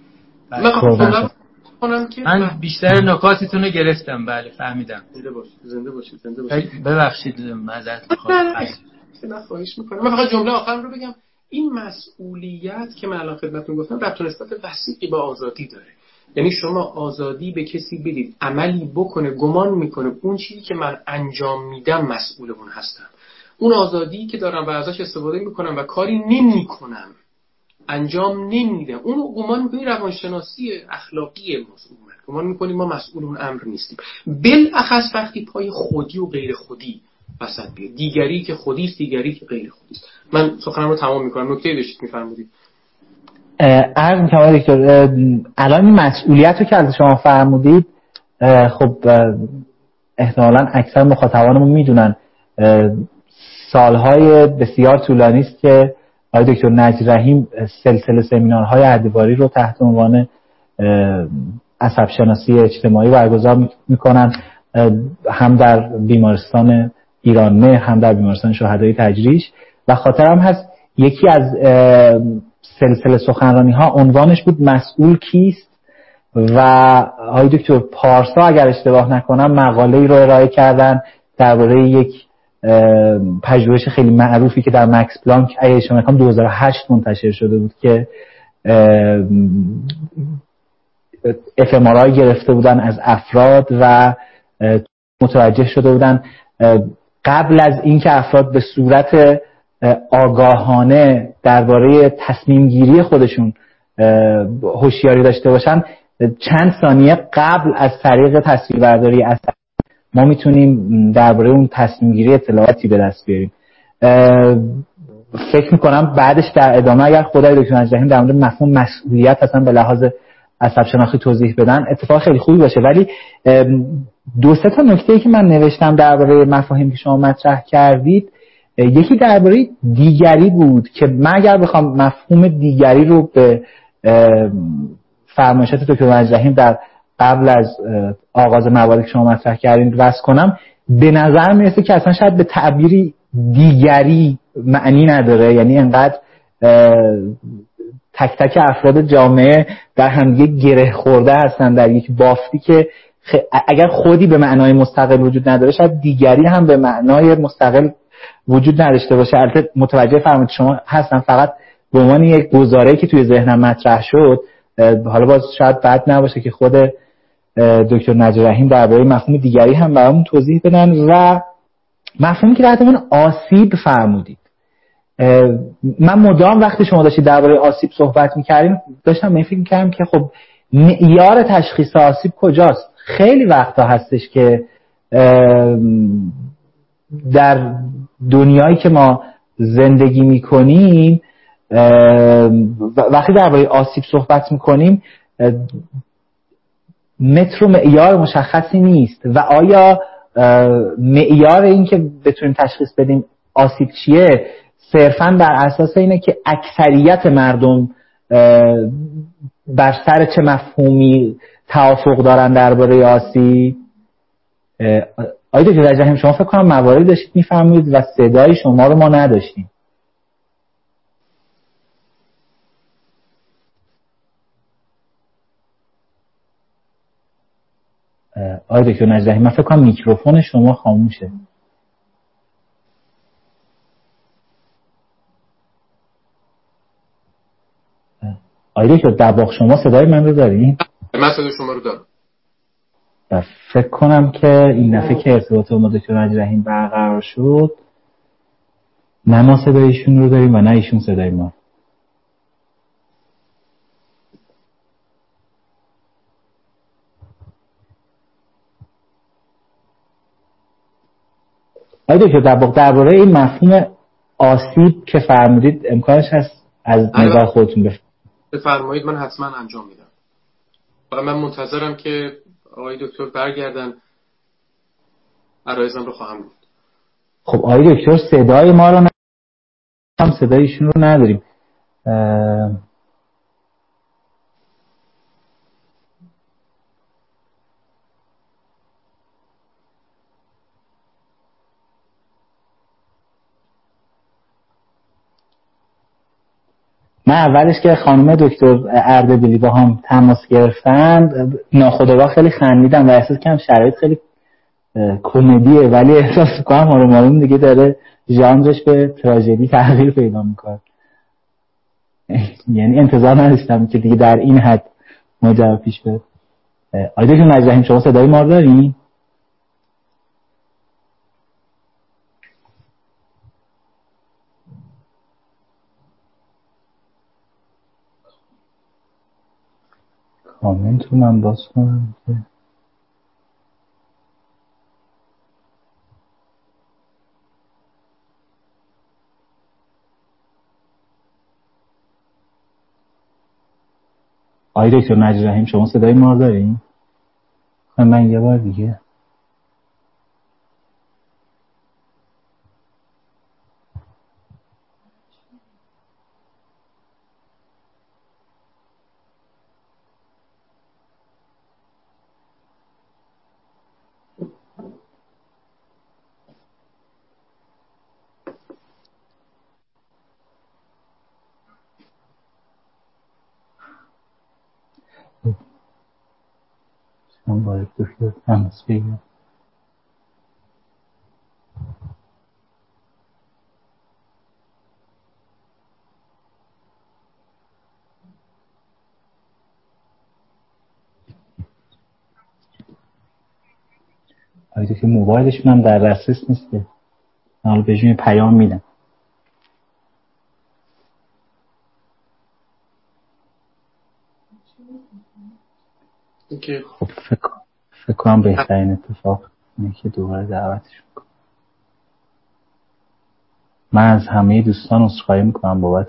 من بیشتر نکاتتون رو گرفتم. بله فهمیدم. زنده باشید. ببخشید معذرت می‌خوام. خواهش می‌کنم. من فقط جمله آخرم رو بگم. این مسئولیت که من الان خدمتتون گفتم ربط و نسبت وسیعی با آزادی داره. یعنی شما آزادی به کسی بدید عملی بکنه، گمان میکنه اون چیزی که من انجام میدم مسئول اون هستم. اون آزادی که دارم و ازش استفاده میکنم و کاری نمیکنم، انجام نمیدم، اون گمان میکنی روانشناسی اخلاقی مسئول. گمان میکنیم ما مسئول اون امر نیستیم. بالاخص وقتی پای خودی و غیر خودی وسط بیاد. دیگری که خودیست، دیگری که غیر خودیست. من سخنم رو تمام میکنم. نکته داشتید میفرمودید؟ عرض می‌کنم دکتر، الان این مسئولیت رو که از شما فرمودید، خب احتمالاً اکثر مخاطبانمون میدونن سالهای بسیار طولانی است که آقای دکتر نجی رحیم سلسله سمینارهای اردبیلی رو تحت عنوان عصب شناسی اجتماعی برگزار میکنن، هم در بیمارستان ایرانمهر هم در بیمارستان شهدای تجریش. و خاطرم هست یکی از سلسله سخنرانی ها عنوانش بود مسئول کیست، و آقای دکتر پارسا اگر اشتباه نکنم مقاله‌ای رو ارائه کردن درباره یک پژوهش خیلی معروفی که در مکس پلانک اگه اشتباه نکنم 2008 منتشر شده بود که FMRI گرفته بودن از افراد و متوجه شده بودن قبل از اینکه افراد به صورت آگاهانه درباره تصمیم گیری خودشون هوشیاری داشته باشن، چند ثانیه قبل از طریق تصویربرداری اثر ما میتونیم درباره اون تصمیم گیری اطلاعاتی به دست بیاریم. فکر میکنم بعدش در ادامه اگر خدای دکتر نجی رحیم در مورد مفهوم مسئولیت اصلا به لحاظ عصب شناختی توضیح بدن اتفاق خیلی خوبی باشه. ولی دو سه تا نکته‌ای که من نوشتم درباره مفاهیمی که شما مطرح کردید، یکی درباره دیگری بود که من اگر بخوام مفهوم دیگری رو به فرمایشات دکتر نجی رحیم در قبل از آغاز مواردی که شما مطرح کردین وصل کنم، به نظر میرسه که اصلا شاید به تعبیری دیگری معنی نداره. یعنی انقدر تک تک افراد جامعه در همدیگه گره خورده هستن در یک بافتی که اگر خودی به معنای مستقل وجود نداره، شاید دیگری هم به معنای مستقل وجود نداشته باشه. البته متوجه فرمایش شما هستم، فقط به عنوان یک گزاره‌ای که توی ذهنم مطرح شد، حالا باز شاید بد نباشه که خود دکتر نجی رحیم درباره مفهوم دیگری هم برامون توضیح بدن. و مفهومی که تحت عنوان آسیب فرمودید، من مدام وقتی شما داشتید درباره آسیب صحبت می‌کردیم داشتم فکر می‌کردم که خب معیار تشخیص آسیب کجاست؟ خیلی وقتا هستش که در دنیایی که ما زندگی می‌کنیم وقتی درباره آسیب صحبت می‌کنیم متر و معیار مشخصی نیست و آیا معیار این که بتونیم تشخیص بدیم آسیب چیه صرفاً بر اساس اینه که اکثریت مردم بر سر چه مفهومی توافق دارن درباره آسیب؟ آقای دکتر نجی رحیم شما فکر کنم مواردی داشتید میفرمایید و صدای شما رو ما نداشتیم. آقای دکتر نجی رحیم من فکر کنم میکروفون شما خاموشه. آقای دکتر دباغ شما صدای من رو دارین؟ من صدای شما رو دارم. فکر کنم که این دفعه که ارتباط با دکتر نجی رحیم برقرار شد نه ما صدای ایشون رو داریم و نه ایشون صدای ما. آقای دکتر دباغ درباره این مفهوم آسیب که فرمودید امکانش هست از نظر خودتون بفرمایید. من حتما انجام میدم و من منتظرم که آقای دکتر برگردن، عرایزم رو خواهم بود. خب آقای دکتر صدای ما رو هم صدایشون رو نداریم. من اولش که خانم دکتر اردبیلی با هم تماس گرفتن ناخودآگاه خیلی خندیدم و احساس کردم شرایط خیلی کمدیه، ولی احساس کنم هورمون دیگه داره ژانرش به تراژدی تغییر پیدا میکنه. یعنی انتظار نداشتم که دیگه در این حد ماجرا پیش بره. آقای دکتر نجی رحیم شما صدای ما رو دارین؟ کامنت رو من باز کنم که آقای دکتر نجیب رحیم شما صدای ما رو دارین؟ من یه بار دیگه من باید دکتر تماس بگیرم. آقای دکتر موبایلشون هم در دسترس نیسته. حالا بهشون پیام میدم. خب فکر کنم بهترین اتفاق اینه که دوباره دعوتش کنم. من از همه دوستان عذرخواهی میکنم بابت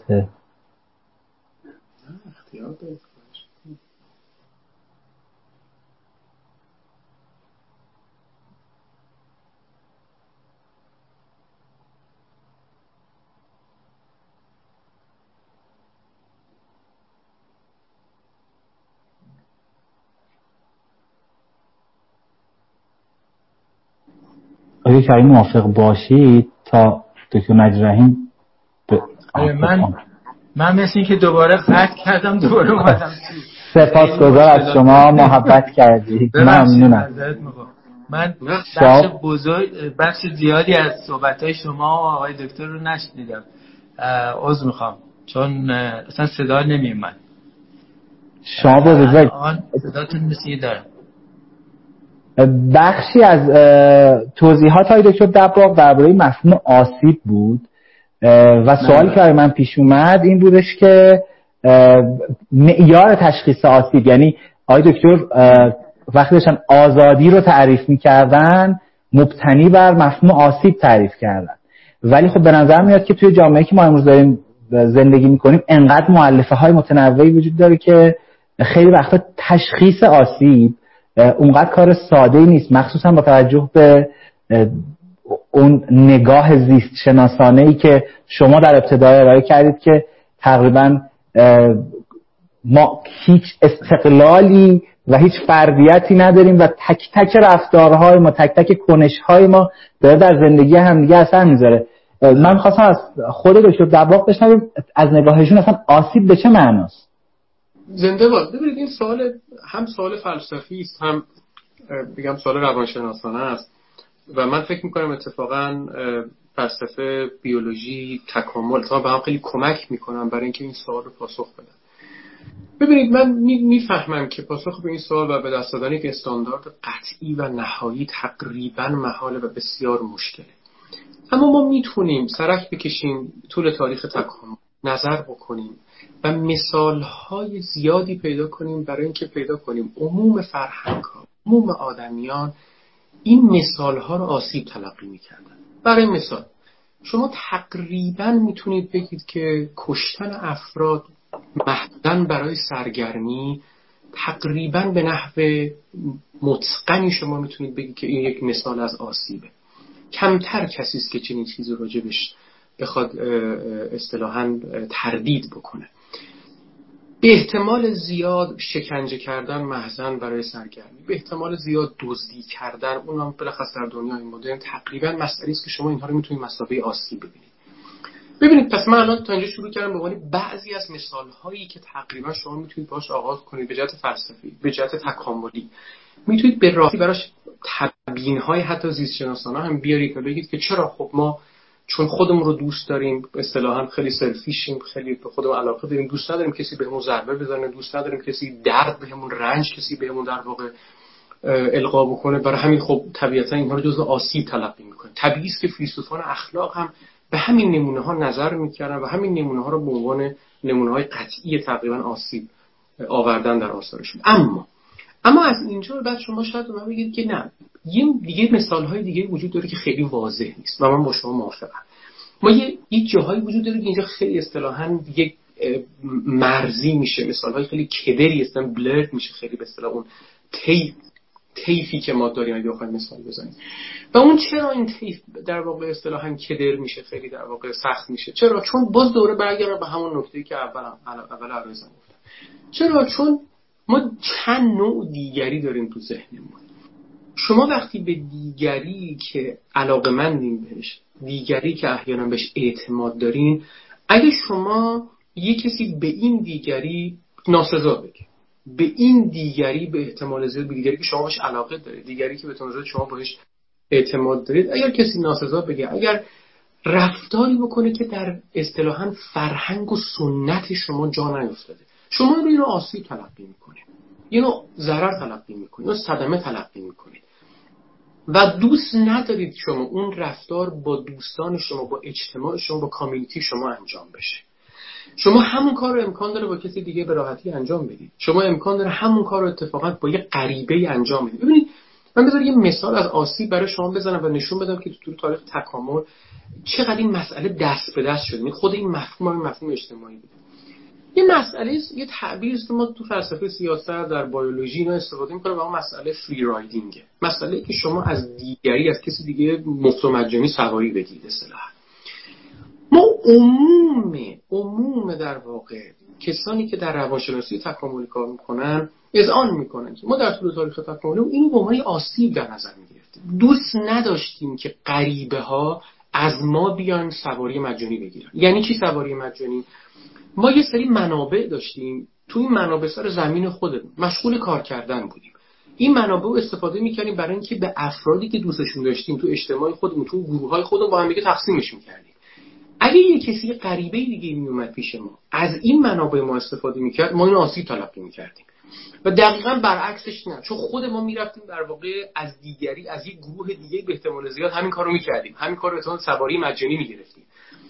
اگه که این موافق باشید تا دکتر نجیب رحیم من مثل این که دوباره قطع کردم دوباره اومدم سپاسگزار از شما محبت کردید. ممنونم. من بخش زیادی از صحبت‌های شما و آقای دکتر رو نشنیدم. عذر میخوام چون اصلا صدا نمیومد. شما بذارید صداتون مثل دارم. بخشی از توضیحات های دکتر دباغ درباره مفهوم آسیب بود و سوالی که من پیش اومد این بودش که معیار تشخیص آسیب، یعنی آقای دکتر وقتی داشتن آزادی رو تعریف می‌کردن مبتنی بر مفهوم آسیب تعریف کردن، ولی خب به نظر میاد که توی جامعه‌ای که ما امروز داریم زندگی می‌کنیم انقدر مؤلفه‌های متنوعی وجود داره که خیلی وقتا تشخیص آسیب اونقدر کار ساده‌ای نیست، مخصوصا با توجه به اون نگاه زیست شناسانه‌ای که شما در ابتدای ارائه کردید که تقریباً ما هیچ استقلالی و هیچ فردیتی نداریم و تک تک رفتارهای ما، تک تک کنش‌های ما داره در زندگی همدیگه اثر میذاره. من خواستم از خود دکتر دباغ بشنویم از نگاهشون اصلا آسیب به چه معناست؟ زنده باد. ببینید این سوال هم سوال فلسفی است هم بگم سوال روانشناسانه است و من فکر می‌کنم اتفاقاً فلسفه، بیولوژی، تکامل تا به هم خیلی کمک می‌کنن برای اینکه این سوال رو پاسخ بدن. ببینید من میفهمم که پاسخ به این سوال و به دست دادن یک استاندارد قطعی و نهایی تقریباً محاله و بسیار مشکله. اما ما میتونیم سرک بکشیم طول تاریخ تکامل، نظر بکنیم و مثالهای زیادی پیدا کنیم برای اینکه پیدا کنیم عموم فرهنگ‌ها، عموم آدمیان این مثالها رو آسیب تلقی می‌کردن. برای مثال شما تقریباً میتونید بگید که کشتن افراد محضاً برای سرگرمی تقریباً به نحو متقنی شما میتونید بگید که این یک مثال از آسیبه. کمتر کسی است که چنین چیزی راجبش بخواد اصطلاحاً تردید بکنه. به احتمال زیاد شکنجه کردن محضاً برای سرگرمی، به احتمال زیاد دزدی کردن، اونم بالاخره در دنیای مدرن تقریباً مسئله است که شما اینها رو میتونید مثابه آسیب ببینید. ببینید پس من الان تا اینجا شروع کردم به عنوان بعضی از مثال‌هایی که تقریبا شما میتونید باهاش آغاز کنید به جهت فلسفی، به جهت تکاملی. میتونید به راحتی براش تبیین‌های حتی زیست شناسانه هم بیارید و بگید که چرا خب ما چون خودمون رو دوست داریم، اصطلاحاً خیلی سلفیشیم، خیلی به خودمون علاقه داریم، دوست نداریم کسی بهمون ضربه بزنه، دوست نداریم کسی درد بهمون، رنج کسی بهمون در واقع القا بکنه، برای همین خب طبیعتاً اینها رو جزء آسیب تلقی می‌کنه. طبیعی است که فیلسوفان اخلاق هم به همین نمونه‌ها نظر می‌کردن و همین نمونه‌ها رو به عنوان نمونه‌های قطعی تقریباً آسیب آوردن در آثارشون. اما از اینجا بعد شما شاید من بگید که نه، یه دیگه مثال‌های دیگه وجود داره که خیلی واضح نیست و من با شما موافقم. ما یه جاهایی وجود داره که اینجا خیلی اصطلاحاً دیگه مرزی میشه، مثالهای خیلی کدری هستن، بلرد میشه خیلی به اصطلاح اون طیفی که ما داریم اگه بخوایم مثال بزنیم. و اون چرا این طیف در واقع اصطلاحاً کدر میشه، خیلی در واقع سخت میشه؟ چرا؟ چون باز دوره برگردم به همون نکته‌ای که اول عرض گفتم. چرا؟ چون ما چند نوع دیگری داریم تو ذهنمون. شما وقتی به دیگری که علاقه‌مندین بهش، دیگری که احیانا بهش اعتماد دارین، اگه شما یه کسی به این دیگری ناسزا بگه، به این دیگری به احتمال زیاد، به دیگری که شما بهش علاقه دارید، دیگری که به احتمال زیاد شما بهش اعتماد دارید، اگر کسی ناسزا بگه، اگر رفتاری بکنه که در اصطلاحاً فرهنگ و سنت شما جا نیفتاده، شما رو اینو آسیب تلقی میکنید، اینو ضرر تلقی میکنید، اینو صدمه تلقی میکنید و دوست ندارید شما اون رفتار با دوستان شما، با اجتماع شما، با کامیونیتی شما انجام بشه. شما همون کار رو امکان داره با کسی دیگه به راحتی انجام بدید. شما امکان داره همون کار رو اتفاقا با یه غریبه انجام بدید. ببینید من بذارم یه مثال از آسیب برای شما بزنم و نشون بدم که تو تاریخ تکامل چقدر این مسئله دست به دست شده. خود این مفهوم اجتماعی بود. یه مسئله، یه تعبیری است که ما تو فلسفه سیاست در بیولوژی اینا استفاده می‌کنیم و اون مسئله فری رایدینگه. مسئله که شما از دیگری، از کسی دیگه مفت و مجانی سواری بگیرید اصطلاحاً. ما عموم در واقع کسانی که در روانشناسی تکاملی کار میکنن اذعان میکنن که ما در طول تاریخ تکامل اینو به عنوان آسیب در نظر میگرفتیم. دوست نداشتیم که غریبه ها از ما بیان سواری مجانی بگیرن. یعنی چی سواری مجانی؟ ما یه سری منابع داشتیم، تو این منابع سر زمین خودمون مشغول کار کردن بودیم. این منابع رو استفاده می‌کردیم برای اینکه به افرادی که دوستشون داشتیم تو اجتماع خودمون، تو گروه‌های خودمون با هم دیگه تقسیمش می‌کردیم. اگه یه کسی غریبه دیگه میومد پیش ما، از این منابع ما استفاده می‌کرد، ما اینو آسیب تلقی می‌کردیم. و دقیقاً برعکسش نه، چون خود ما می‌رفتیم در واقع از دیگری، از یک گروه دیگه به احتمال زیاد همین کارو می‌کردیم، همین کارو اصلا سواری مجانی می‌گرفتیم.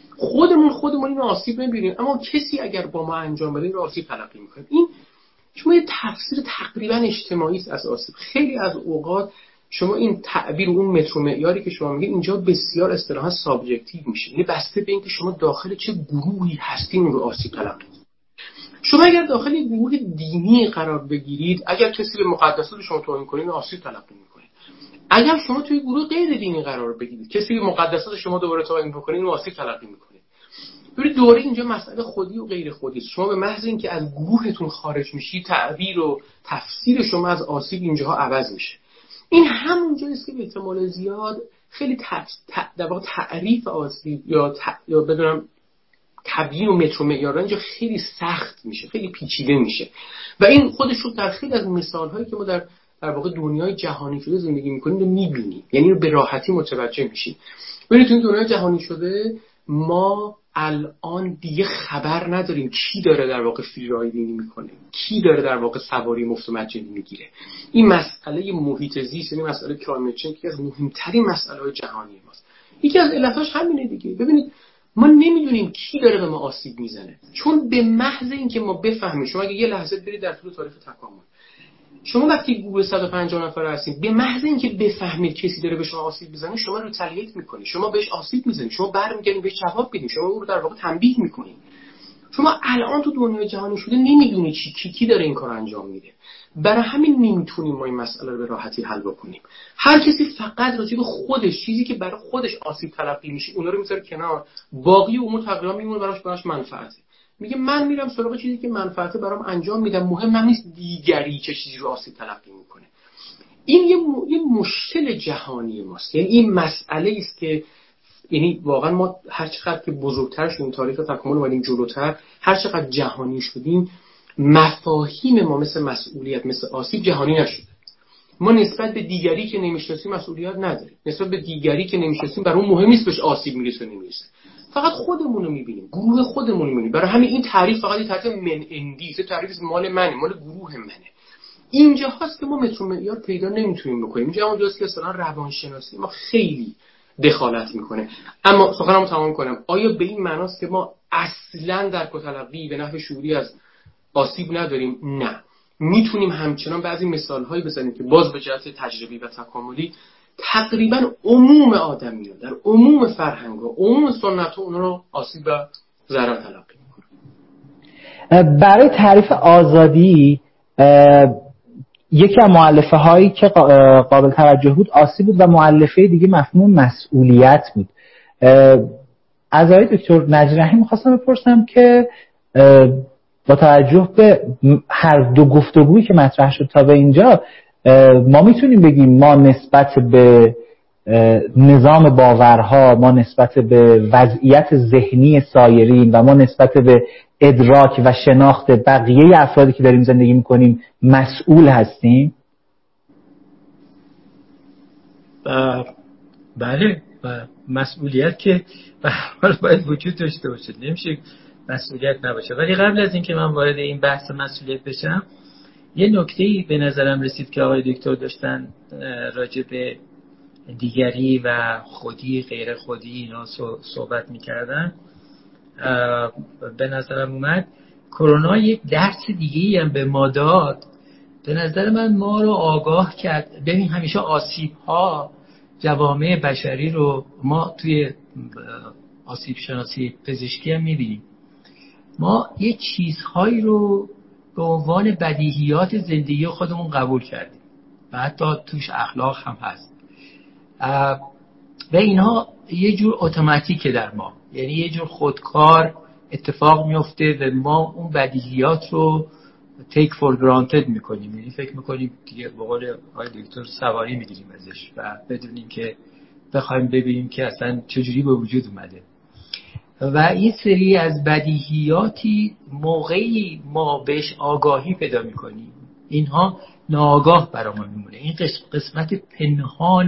خودمون اینو آسیب نمی‌بینیم، اما کسی اگر با ما انجام بده اینو آسیب تلقی می‌کنه. این شما یه تفسیر تقریبا اجتماعی است از آسیب. خیلی از اوقات شما این تعبیر و اون متر و معیاری که شما میگید اینجا بسیار اصطلاحاً سابجکتیو میشه، یعنی بسته به اینکه شما داخل چه گروهی هستین اون رو آسیب تلقی. شما اگر داخل یک گروه دینی قرار بگیرید، اگر کسی به مقدسات شما توهین کنه آسیب تلقی می‌کنید. اگر شما توی گروه غیر دینی قرار بگیرید، کسی به مقدسات شما دوباره توهین بکنه اینو آسیب تلقی می‌کنید. ببینید دوره اینجا مسئله خودی و غیر خودی است. شما به محض اینکه از گروهتون خارج میشی، تعبیر و تفسیر شما از آسیب اینجاها عوض میشه. این همون جاییست که به احتمال زیاد خیلی در واقع تعریف آسیب یا بدونم تبیین و متر و معیار اینجا خیلی سخت میشه، خیلی پیچیده میشه و این خودش رو در خیلی از مثال‌هایی که ما در واقع دنیای جهانی شده زندگی می‌کنیم رو می‌بینیم، یعنی رو به راحتی متوجه میشیم. ببینید تو دنیای جهانی شده ما الان دیگه خبر نداریم کی داره در واقع فری رایدینگ میکنه، کی داره در واقع سواری مفت و مجانی میگیره. این مسئله محیط زیست، این مسئله کلایمت چنج که از مهمترین مسائل جهانی ماست. یکی از علتاش همینه دیگه. ببینید ما نمیدونیم کی داره به ما آسیب میزنه، چون به محض اینکه ما بفهمیم، شما اگه یه لحظه برید در طول تاریخ تکامل، شما وقتی گروه 150 نفر هستید، به محض اینکه بفهمید کسی داره به شما آسیب میزنه، شما رو ریتالییت میکنید، شما بهش آسیب میزنید، شما برمیگردید بهش جواب بدید، شما اون رو در واقع تنبیه میکنید. شما الان تو دنیای جهانی شده نمیدونید کی داره این کار انجام میده. برای همین نمیتونیم ما این مسئله رو به راحتی حل بکنیم. هر کسی فقط راجع به خودش، چیزی که برای خودش آسیب تلقی میشه اونا رو میذاره کنار، باقی امور تقریبا میمونه براش منفعته. میگه من میرم سراغ چیزی که منفعته برام انجام میدم، مهم نیست دیگری چه چیزی رو آسیب تلقی میکنه. این یه مشکل جهانی ماست. یعنی این مسئله است که یعنی واقعا ما هر چقدر که بزرگتر شدیم، تاریخ تکامل اومدیم جلوتر، هر چقدر جهانی شدیم، مفاهیم ما مثل مسئولیت، مثل آسیب جهانی نشده. ما نسبت به دیگری که نمیشناسیم مسئولیت نداریم، نسبت به دیگری که نمیشناسیم برای اون مهم نیست بهش آسیب میرسه نمیرسه، فقط خودمون رو میبینیم، گروه خودمون رو میبینیم. برای همین این تعریف فقط یه تعریف من اندی، تعریف مال منه، مال گروه منه. اینجا هست که ما متر و معیار پیدا نمیتونیم بکنیم. اینجا اونجاست که اصلا روانشناسی ما خیلی دخالت میکنه. اما سخنمو تمام کنم، آیا به این معناست که ما اصلا در تلقی به نحو شعوری از آسیب نداریم؟ نه، میتونیم همچنان بعضی مثالهایی بزنیم که باز به جهت تجربی و تکاملی تقریبا عموم آدمیان در عموم فرهنگ‌ها، عموم سنت‌ها اون رو آسیب و ضرر تلقی میکنن. برای تعریف آزادی یکی از مؤلفه هایی که قابل توجه بود آسیب بود و مؤلفه دیگه مفهوم مسئولیت بود. از آقای دکتر نجیب رحیم می‌خواستم بپرسم که با توجه به هر دو گفتگویی که مطرح شد تا به اینجا ما میتونیم بگیم ما نسبت به نظام باورها، ما نسبت به وضعیت ذهنی سایرین و ما نسبت به ادراک و شناخت بقیه افرادی که داریم زندگی میکنیم مسئول هستیم؟ بله، مسئولیت که به هر حال باید وجود داشته باشه، نمیشه مسئولیت نباشه. ولی قبل از اینکه من وارد این بحث مسئولیت بشم، یه نکته‌ای به نظرم رسید که آقای دکتر داشتن راجع به دیگری و خودی غیر خودی اینا صحبت می‌کردن. به نظرم اومد کرونا یک درس دیگه‌ای هم به ما داد. به نظر من ما رو آگاه کرد. ببین همیشه آسیب‌ها جوامع بشری رو ما توی آسیب شناسی پزشکی هم می‌بینیم. ما یه چیزهایی رو به عنوان بدیهیات زندگی خودمون قبول کردیم و حتی توش اخلاق هم هست و اینها یه جور اتوماتیکه در ما، یعنی یه جور خودکار اتفاق میفته و ما اون بدیهیات رو take for granted میکنیم، یعنی فکر میکنیم دیگه به قول آقای دکتر سواری میگیریم ازش و بدونیم که بخوایم ببینیم که اصلا چجوری به وجود اومده. و این سری از بدیهیاتی موقعی ما بهش آگاهی پیدا میکنیم اینها ناآگاه برامون میمونه. این قسمت پنهان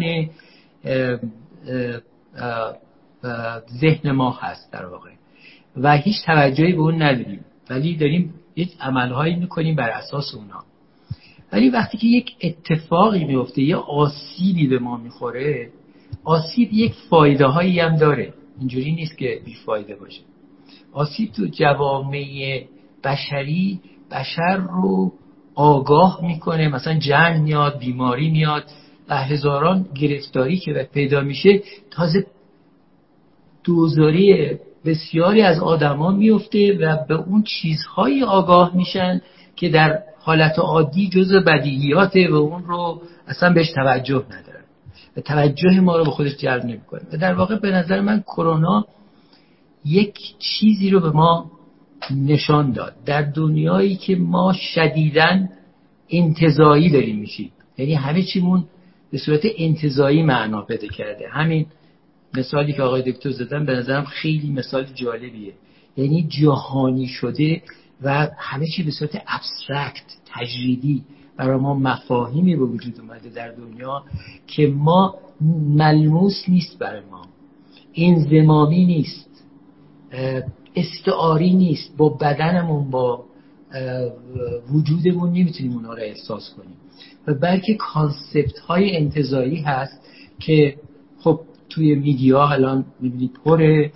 ذهن ما هست در واقع و هیچ توجهی به اون نداریم، ولی داریم یک عملهایی میکنیم بر اساس اونا. ولی وقتی که یک اتفاقی میفته، یه آسیبی به ما میخوره، آسیب یک فایده هایی هم داره، اینجوری نیست که بی فایده باشه. آسیب تو جوامع بشری بشر رو آگاه میکنه، مثلا جنگ میاد، بیماری میاد و هزاران گرفتاری که پیدا میشه، تازه دوزاری بسیاری از آدما میفته و به اون چیزهایی آگاه میشن که در حالت عادی جزء بدیهیاته و اون رو اصلا بهش توجه ندارن و توجه ما رو به خودش جلب نمیکنه. و در واقع به نظر من کرونا یک چیزی رو به ما نشان داد در دنیایی که ما شدیداً انتزاعی داریم میشیم، یعنی همه چیمون به صورت انتزاعی معنا پیدا کرده. همین مثالی که آقای دکتر زدن به نظرم خیلی مثال جالبیه، یعنی جهانی شده و همه چی به صورت ابسترکت تجریدی برای ما مفاهیمی به وجود اومده در دنیا که ما ملموس نیست، برای ما انضمامی نیست، استعاری نیست، با بدنمون با وجودمون نمیتونیم اونا رو احساس کنیم و بلکه کانسپت های انتزاعی هست که خب توی میدیا الان میبینید پر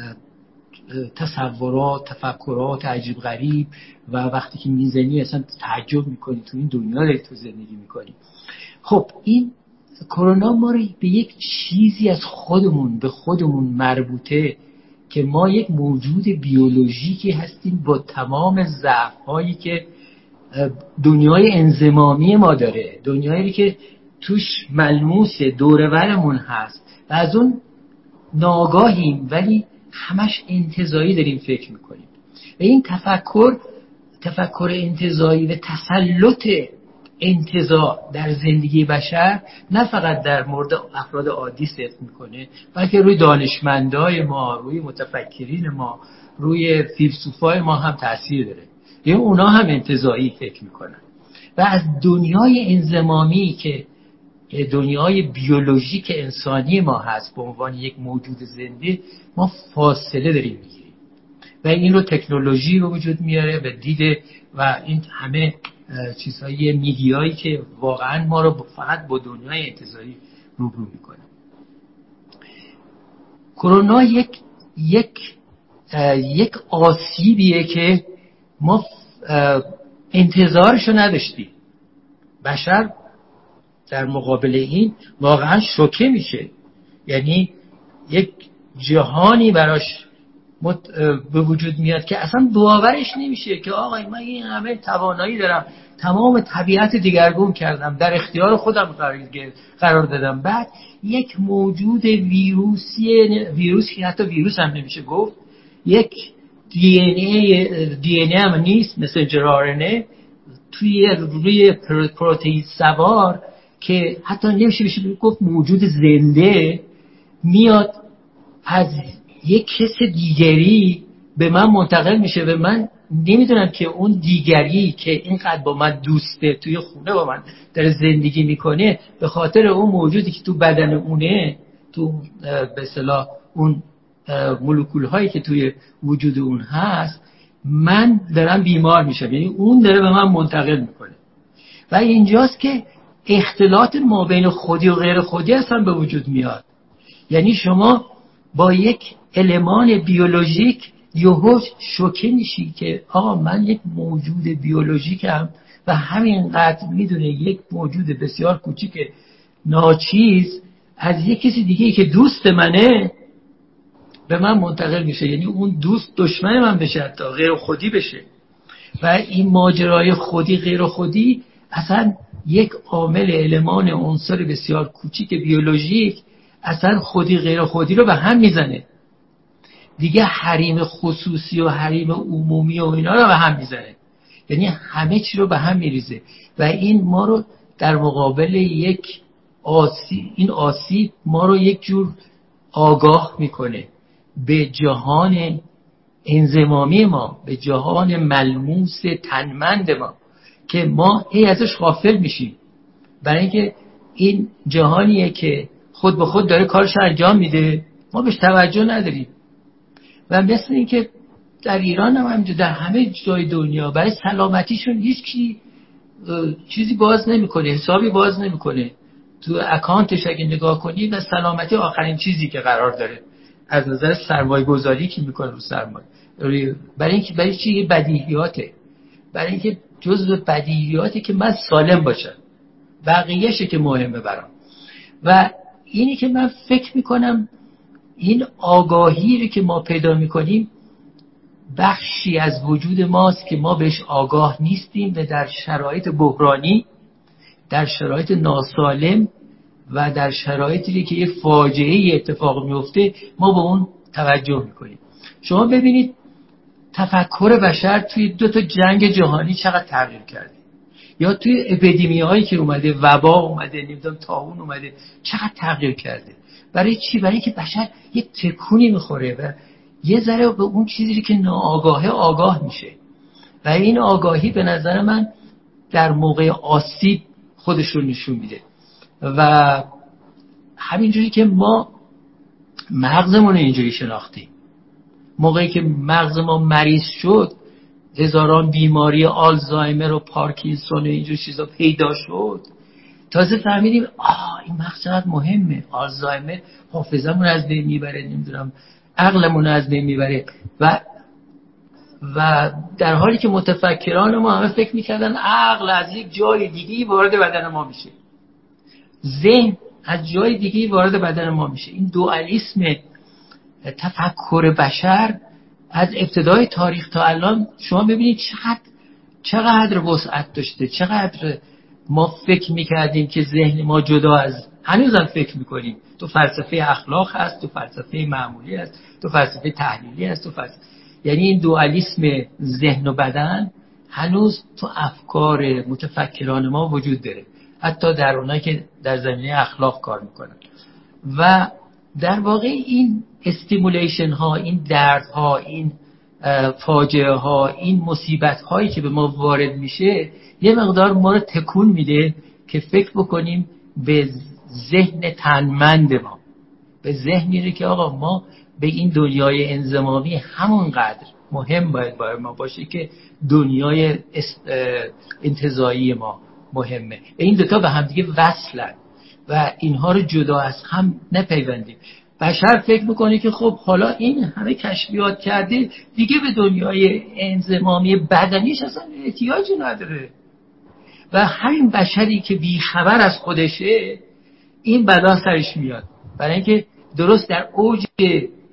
تصورات، تفکرات عجیب غریب و وقتی که میزنی اصلا تعجب میکنی تو این دنیا رو تو زندگی میکنی. خب این کرونا ما رو به یک چیزی از خودمون به خودمون مربوطه که ما یک موجود بیولوژیکی هستیم با تمام ضعف‌هایی که دنیای انضمامی ما داره، دنیایی که توش ملموس دور و برمون هست و از اون ناآگاهیم ولی همش انتزاعی داریم فکر میکنیم. و این تفکر انتزاعی و تسلط انتزاع در زندگی بشر نه فقط در مورد افراد عادی صدق میکنه، بلکه روی دانشمندای ما، روی متفکرین ما، روی فیلسوفای ما هم تأثیر داره. یعنی اونا هم انتزاعی فکر میکنن و از دنیای انضمامی که دنیای بیولوژیک انسانی ما هست به عنوان یک موجود زنده ما فاصله داریم میگیریم و این رو تکنولوژی به وجود میاره و دیده و این همه چیزهای میدیایی که واقعا ما رو فقط با دنیای انتزاعی روبرو میکنه. کرونا یک آسیبیه که ما انتظارشو نداشتیم. بشر در مقابل این واقعا شوکه میشه، یعنی یک جهانی براش به وجود میاد که اصلا باورش نمیشه که آقا من این همه توانایی دارم، تمام طبیعت دیگرگون کردم، در اختیار خودم قرار دادم، بعد یک موجود ویروسی که حتی ویروس هم نمیشه گفت، یک دی ان ای هم نیست، مسنجر آر ان ای، روی پروتئین سوار که حتی نمیشه گفت موجود زنده، میاد از یک کس دیگری به من منتقل میشه و من نمیدونم که اون دیگری که اینقدر با من دوسته، توی خونه با من داره زندگی میکنه، به خاطر اون موجودی که تو بدن اونه، تو به اصطلاح اون مولکول هایی که توی وجود اون هست، من دارم بیمار میشم، یعنی اون داره به من منتقل میکنه. و اینجاست که اختلاط ما بین خودی و غیر خودی اصلا به وجود میاد. یعنی شما با یک المان بیولوژیک یهو شوکه میشی که آقا من یک موجود بیولوژیکم و همینقدر میدونه یک موجود بسیار کوچیک ناچیز از یک کسی دیگه که دوست منه به من منتقل میشه، یعنی اون دوست دشمن من بشه، حتی غیر خودی بشه. و این ماجرای خودی غیر خودی اصلا یک عامل المان عنصر بسیار کوچیک بیولوژیک اصلا خودی غیر خودی رو به هم میزنه دیگه، حریم خصوصی و حریم عمومی و اینا رو به هم میزنه، یعنی همه چی رو به هم میریزه. و این ما رو در مقابل یک این آسیب ما رو یک جور آگاه میکنه به جهان انضمامی ما، به جهان ملموس تنمند ما که ما ازش غافل میشیم، برای اینکه این جهانیه که خود به خود داره کارش انجام میده، ما بهش توجه نداریم. و مثل این که در ایران هم همینجور، در همه جای دنیا برای سلامتیشون هیچ کی چیزی باز نمیکنه، حسابی باز نمیکنه. تو اکانتش اگه نگاه کنید و سلامتی آخرین چیزی که قرار داره از نظر سرمایه گذاری که میکنه رو سرمایه، برای چی؟ بدیهیاته، برای اینکه جزء بدیهیاته که من سالم باشم، بقیه‌شه که مهمه برام. و اینی که من فکر میکنم این آگاهی رو که ما پیدا میکنیم بخشی از وجود ماست که ما بهش آگاه نیستیم و در شرایط بحرانی، در شرایط ناسالم و در شرایطی که یه فاجعه اتفاق میفته ما به اون توجه میکنیم. شما ببینید تفکر بشر توی 2 جنگ جهانی چقدر تغییر کرده، یا توی اپیدمیایی که اومده، وبا اومده، نمیدونم طاعون اومده، چقدر تغییر کرده. برای چی؟ برای اینکه بشر یه تکونی میخوره و یه ذره به اون چیزی که ناآگاهه آگاه میشه. و این آگاهی به نظر من در موقع آسیب خودش رو نشون میده. و همینجوری که ما مغزمون رو اینجوری شناختیم، موقعی که مغز ما مریض شد هزاران بیماری آلزایمر و پارکینسون و اینجور چیزا پیدا شد، تازه فهمیدیم این مغز چقدر مهمه. آلزایمر حافظمون از بین میبره، نمیدونم عقلمون از بین میبره. و در حالی که متفکران ما همه فکر میکردن عقل از یک جای دیگه‌ای وارد بدن ما میشه، ذهن از جای دیگه‌ای وارد بدن ما میشه. این دوالیسم تفکر بشر از ابتدای تاریخ تا الان شما ببینید چقدر وسعت داشته، چقدر ما فکر میکردیم که ذهن ما جدا از، هنوزم فکر میکنیم، تو فلسفه اخلاق هست، تو فلسفه معمولی هست، تو فلسفه تحلیلی هست، یعنی این دوالیسم ذهن و بدن هنوز تو افکار متفکران ما وجود داره، حتی در اونایی که در زمینه اخلاق کار میکنن. و در واقع این استیمولیشن ها، این درد ها، این فاجعه ها، این مصیبت هایی که به ما وارد میشه یه مقدار ما رو تکون میده که فکر بکنیم به ذهن تنمند ما، به ذهنی که آقا ما به این دنیای انضمامی همونقدر مهم باید ما باشه که دنیای انتزاعی ما مهمه. و این دوتا به هم دیگه وصلن و اینها رو جدا از هم نپیوندیم. بشر فکر میکنه که خب حالا این همه کشفیات کرده دیگه به دنیای انضمامی بدنیش اصلا احتیاجی نداره. و همین بشری که بیخبر از خودشه این بلا سرش میاد، برای اینکه درست در اوج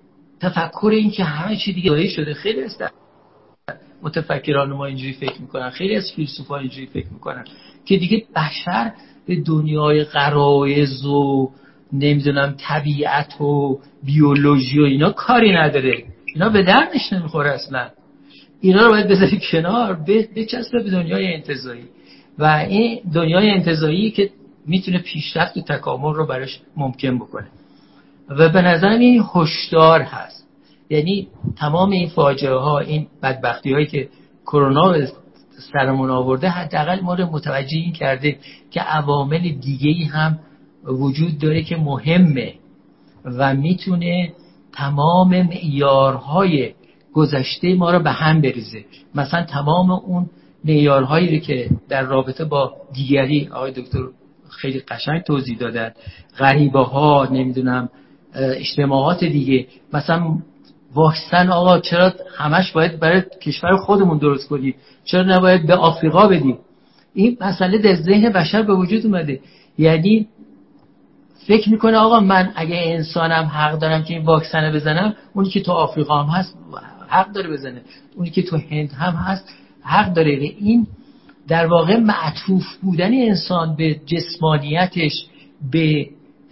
تفکر این که همه چی دیگه دایی شده. خیلی از متفکران ما اینجوری فکر میکنن، خیلی از فیلسوفان اینجوری فکر میکنن که دیگه بشر به دنیای غرایز و نمیدونم طبیعت و بیولوژی و اینا کاری نداره، اینا به دردش نمیخوره اصلا. اینا رو باید بذاری کنار، بچسبه به دنیای انتزاعی و این دنیای انتزاعی که میتونه پیشرفت و تکامل رو براش ممکن بکنه. و به نظرم این هشدار هست. یعنی تمام این فاجعه ها، این بدبختی هایی که کرونا به سرمون آورده، حداقل ما رو متوجه این کرده که عوامل دیگه‌ای هم وجود داره که مهمه و میتونه تمام معیارهای گذشته ما رو به هم بریزه. مثلا تمام اون معیارهایی که در رابطه با دیگری آقای دکتر خیلی قشنگ توضیح دادن، غریبه ها، نمیدونم اجتماعات دیگه، مثلا واکسن آقا چرا همش باید برای کشور خودمون درست کنیم، چرا نباید به آفریقا بدیم؟ این مسئله در ذهن بشر به وجود اومده. یعنی فکر میکنه آقا من اگه انسانم حق دارم که این واکسن بزنم، اونی که تو آفریقا هم هست حق داره بزنه، اونی که تو هند هم هست حق داره. این در واقع معطوف بودن انسان به جسمانیتش، به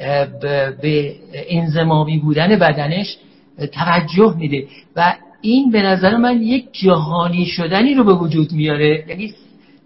انضمامی بودن بدنش توجه میده و این به نظر من یک جهانی شدنی رو به وجود میاره. یعنی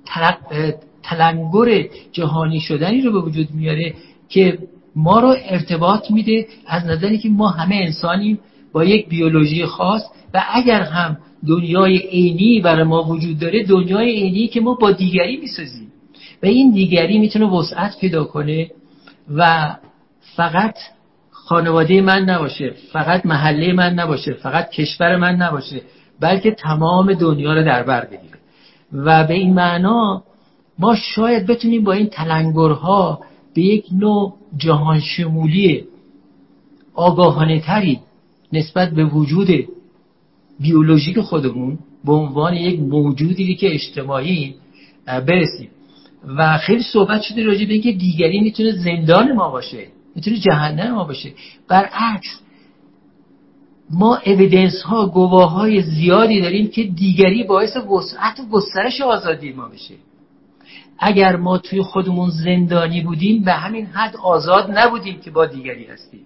تلنگر جهانی شدنی رو به وجود میاره که ما رو ارتباط میده از نظری که ما همه انسانیم با یک بیولوژی خاص و اگر هم دنیای عینی برای ما وجود داره، دنیای عینی که ما با دیگری میسازیم و این دیگری میتونه وسعت پیدا کنه و فقط خانواده من نباشه، فقط محله من نباشه، فقط کشور من نباشه، بلکه تمام دنیا رو در بر بگیره. و به این معنا ما شاید بتونیم با این تلنگرها به یک نوع جهان شمولی آگاهانه تری نسبت به وجود بیولوژیک خودمون به عنوان یک موجودی که اجتماعی برسیم. و خیلی صحبت شده راجع به اینکه دیگری میتونه زندان ما باشه، میتونه جهنم ما باشه. برعکس ما اویدنس ها، گواه های زیادی داریم که دیگری باعث وسعت و گسترش آزادی ما بشه. اگر ما توی خودمون زندانی بودیم به همین حد آزاد نبودیم که با دیگری هستیم.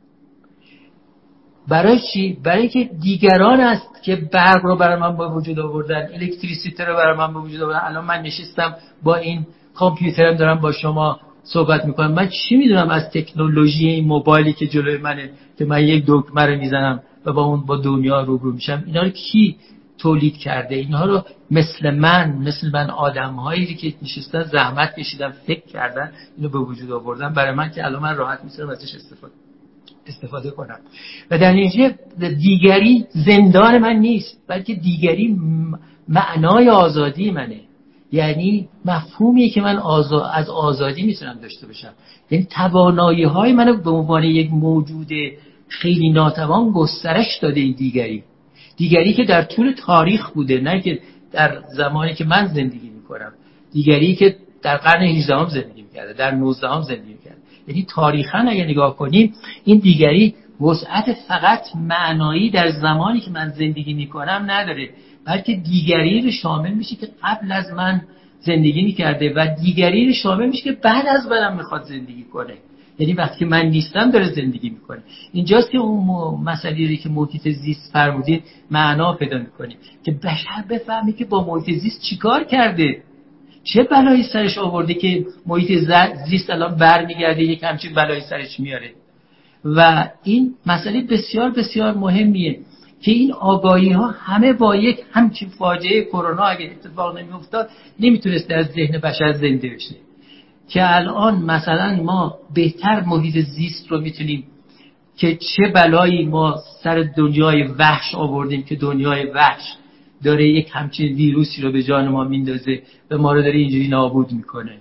برای چی؟ برای اینکه دیگران است که برق رو برای من به وجود آوردن، الکتریسیته رو برای من به وجود آوردن. الان من نشستم با این کامپیوترم دارم با شما صحبت میکنم. من چی میدونم از تکنولوژی این موبایلی که جلوی منه که من یک دکمه رو میزنم و با اون با دنیا روبرو میشم؟ اینا رو کی تولید کرده؟ اینها رو مثل من آدم‌هایی که نشستن زحمت کشیدن فکر کردن اینو به وجود آوردن برای من که الان من راحت میتونم ازش استفاده کنم. و در نتیجه دیگری زندان من نیست، بلکه دیگری معنای آزادی منه. یعنی مفهومیه که من از آزادی میتونم داشته باشم. یعنی توانایی های منو به عنوان یک موجود خیلی ناتوان گسترش داده این دیگری که در طول تاریخ بوده، نه که در زمانی که من زندگی میکنم. دیگری که در قرن 18 هم زندگی میکرده، در 19 هم زندگی میکرده. یعنی تاریخاً اگه نگاه کنیم این دیگری وسعت فقط معنایی در زمانی که من زندگی میکنم نداره، بلکه دیگری رو شامل میشه که قبل از من زندگی میکرده و دیگری رو شامل میشه که بعد از منم میخواد زندگی کنه. یعنی وقتی من نیستم داره زندگی میکنه. اینجاست که اون مسئله‌ای که محیط زیست فرمودید معنا پیدا میکنه که بشر بفهمه که با محیط زیست چیکار کرده، چه بلایی سرش آورده که محیط زیست الان برمیگرده یک همچین بلایی سرش میاره. و این مسئله بسیار بسیار مهمیه که این آگاهی ها همه با یک همچین فاجعه کرونا اگه اتفاق نمیافتاد نمیتونست در ذهن بشر زنده بشه. که الان مثلا ما بهتر محیط زیست رو میتونیم که چه بلایی ما سر دنیای وحش آوردیم که دنیای وحش داره یک همچین ویروسی رو به جان ما میندازه و ما رو داره اینجوری نابود میکنه.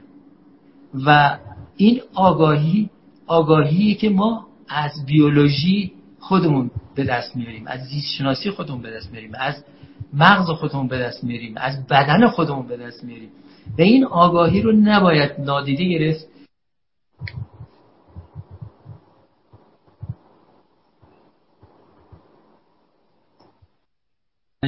و این آگاهی که ما از بیولوژی خودمون به دست میاریم، از زیست شناسی خودمون به دست میاریم، از مغز خودمون به دست میاریم، از بدن خودمون به دست میاریم و این آگاهی رو نباید نادیده گرفت.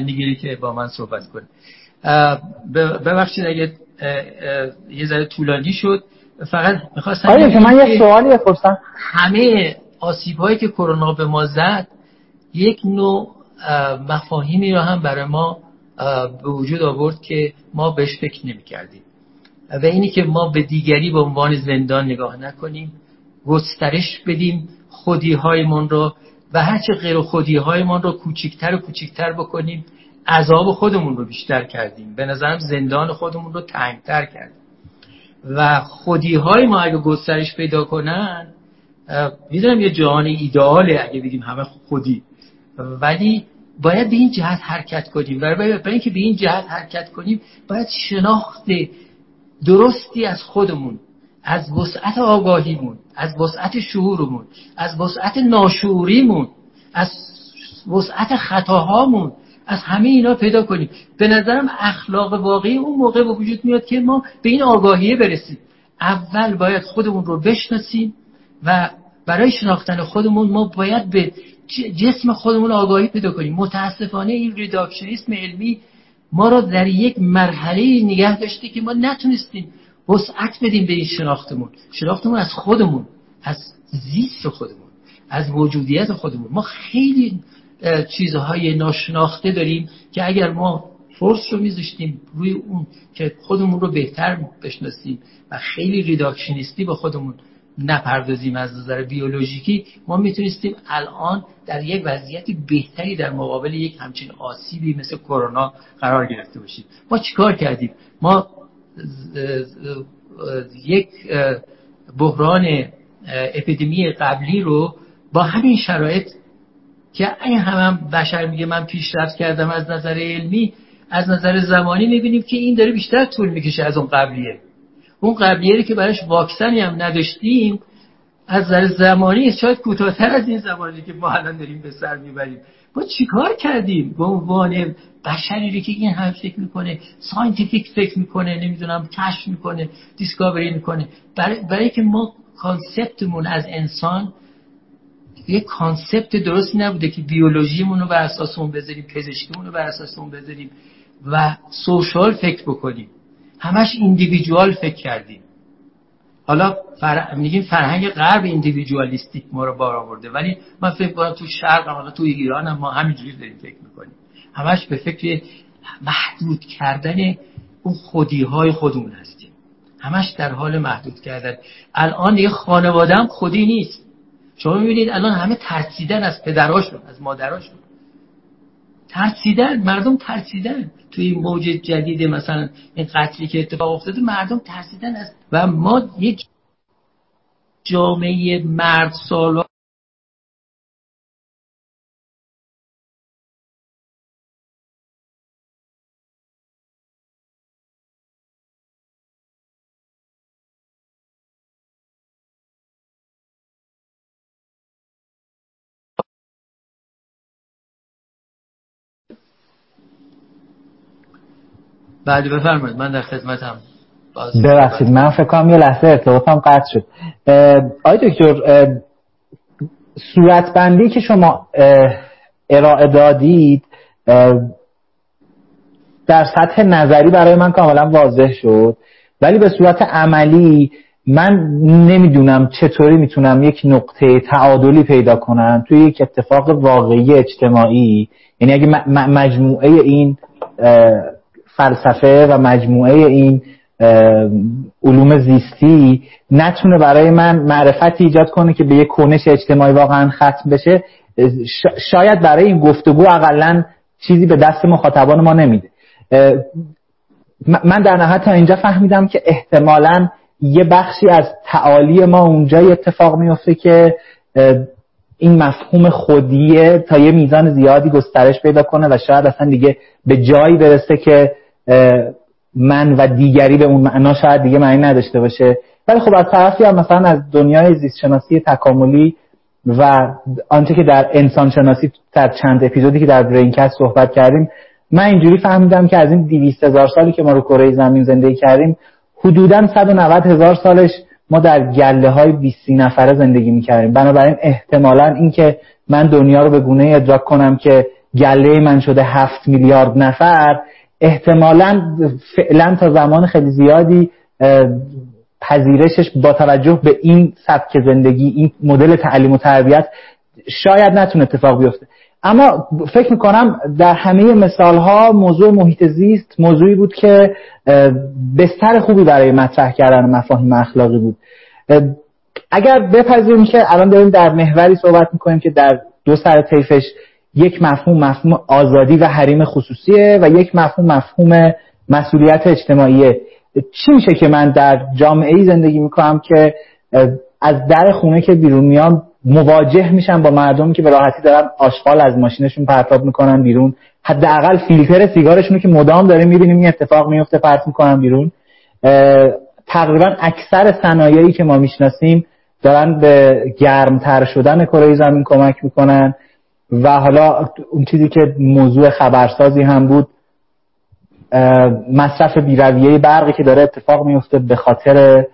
نیگری که با من صحبت کنه. ببخشید اگه یه ذره طولانی شد. فقط می‌خواستم که من یه سوالی بپرسم. همه آسیب‌هایی که کرونا به ما زد یک نوع مفاهیمی رو هم برای ما به وجود آورد که ما بهش فکر نمی‌کردیم و اینی که ما به دیگری به عنوان زندان نگاه نکنیم، گسترش بدیم خودی‌هایمون رو و هرچه غیر خودی‌هایمون رو کوچیک‌تر و کوچیک‌تر بکنیم. عذاب خودمون رو بیشتر کردیم، به نظرم زندان خودمون رو تنگ‌تر کردیم و خودی‌های ما اگه گسترش پیدا کنن، میدونم یه جهان ایدئاله اگه بگیم همه خودی، ولی باید به این جهت حرکت کنیم. برای اینکه به این جهت حرکت کنیم باید شناخت درستی از خودمون، از وسعت آگاهیمون، از وسعت شعورمون، از وسعت ناشعوریمون، از وسعت خطاهامون، از همه اینا پیدا کنیم. به نظرم اخلاق واقعی اون موقع به وجود میاد که ما به این آگاهیه برسیم. اول باید خودمون رو بشناسیم و برای شناختن خودمون ما باید به جسم خودمون آگاهی پیدا کنیم. متاسفانه این ریداکشنیسم علمی ما رو در یک مرحله نگه داشته که ما نتونستیم وسعت بدیم به این شناختمون از خودمون، از زیست خودمون، از موجودیت خودمون. ما خیلی چیزهای ناشناخته داریم که اگر ما فرص رو میذاشتیم روی اون که خودمون رو بهتر بشناسیم و خیلی ریداکشنیستی با خودمون نپردازیم از نظر بیولوژیکی، ما میتونستیم الان در یک وضعیت بهتری در مقابل یک همچین آسیبی مثل کرونا قرار گرفته باشیم. ما چیکار کردیم؟ ما یک بحران اپیدمی قبلی رو با همین شرایط که این هم بشر میگه من پیشرفت کردم از نظر علمی، از نظر زمانی میبینیم که این داره بیشتر طول میکشه از اون قبلیه. اون قبلیه که براش واکسنی هم نداشتیم، از نظر زمانی شاید کوتاه‌تر از این زمانی که ما الان داریم به سر میبریم. ما چیکار کردیم به عنوان بشری که این هم فکر میکنه، ساینتیفیک فکر میکنه، نمیدونم کشف میکنه، دیسکاوری میکنه، برای که ما کانسپتمون از انسان یک کانسپت درستی نبوده که بیولوژیمون رو بر اساس اون بذاریم، پزشکیمون رو بر اساس اون بذاریم و سوشال فکر بکنیم. همش ایندیویدوال فکر کردیم. حالا میگیم فرهنگ غرب ایندیویدوالیستیک ما رو بار آورده، ولی من فکر کنم تو شرق هم تو ایران هم ما همینجوری داریم فکر میکنیم. همش به فکر محدود کردن اون خودی‌های خودمون هستیم. همش در حال محدود کردن. الان یه خانواده هم خودی نیست. شما میبینید الان همه ترسیدن از پدراشون، از مادراشون. ترسیدن، مردم ترسیدن. توی این موج جدید مثلا این قتلی که اتفاق افتاده، مردم ترسیدن از و ما یک جامعه مرد سالار بعد بفرمایید من در خدمتم. ببخشید من فکر کنم یه لحظه ارتباطم قطع شد. آقای دکتر، صورتبندی که شما ارائه دادید در سطح نظری برای من کاملا واضح شد، ولی به صورت عملی من نمیدونم چطوری میتونم یک نقطه تعادلی پیدا کنم توی یک اتفاق واقعی اجتماعی. یعنی اگه مجموعه این فلسفه و مجموعه این علوم زیستی نتونه برای من معرفتی ایجاد کنه که به یک کنش اجتماعی واقعا ختم بشه، شاید برای این گفتگو اقلن چیزی به دست مخاطبان ما نمیده. من در نهایت تا اینجا فهمیدم که احتمالاً یه بخشی از تعالی ما اونجای اتفاق میفته که این مفهوم خودیه تا یه میزان زیادی گسترش پیدا کنه و شاید اصلا دیگه به جایی برسه که من و دیگری به اون معنا شاید دیگه معنی نداشته باشه. ولی خب از طرفی هم مثلا از دنیای زیست شناسی تکاملی و آنچه که در انسان شناسی در چند اپیزودی که در برینکست صحبت کردیم، من اینجوری فهمیدم که از این 200,000 سالی که ما رو کره زمین زندگی کردیم، حدوداً 190,000 سالش ما در گله‌های 20-30 نفره زندگی می‌کردیم. بنابراین احتمالاً این که من دنیا رو به گونه‌ای ادراک کنم که گله من شده 7 میلیارد نفر، احتمالاً فعلا تا زمان خیلی زیادی پذیرشش با توجه به این سبک زندگی، این مدل تعلیم و تربیت شاید نتونه اتفاق بیفته. اما فکر میکنم در همه مثالها موضوع محیط زیست موضوعی بود که بستر خوبی برای مطرح کردن مفاهیم اخلاقی بود. اگر بپذیریم که الان داریم در محوری صحبت میکنیم که در دو سر طیفش یک مفهوم آزادی و حریم خصوصیه و یک مفهوم مسئولیت اجتماعیه، چی میشه که من در جامعه‌ای زندگی میکنم که از در خونه که بیرون میام مواجه میشم با مردمی که به راحتی دارن آشغال از ماشینشون پرتاب میکنن بیرون، حداقل فیلتر سیگارشون که مدام داره میبینیم این اتفاق میفته پرت میکنن بیرون. تقریبا اکثر صنایعی که ما میشناسیم دارن به گرمتر شدن کره زمین کمک میکنن و حالا اون چیزی که موضوع خبرسازی هم بود، مصرف بی‌رویه برقی که داره اتفاق میفته به خاطر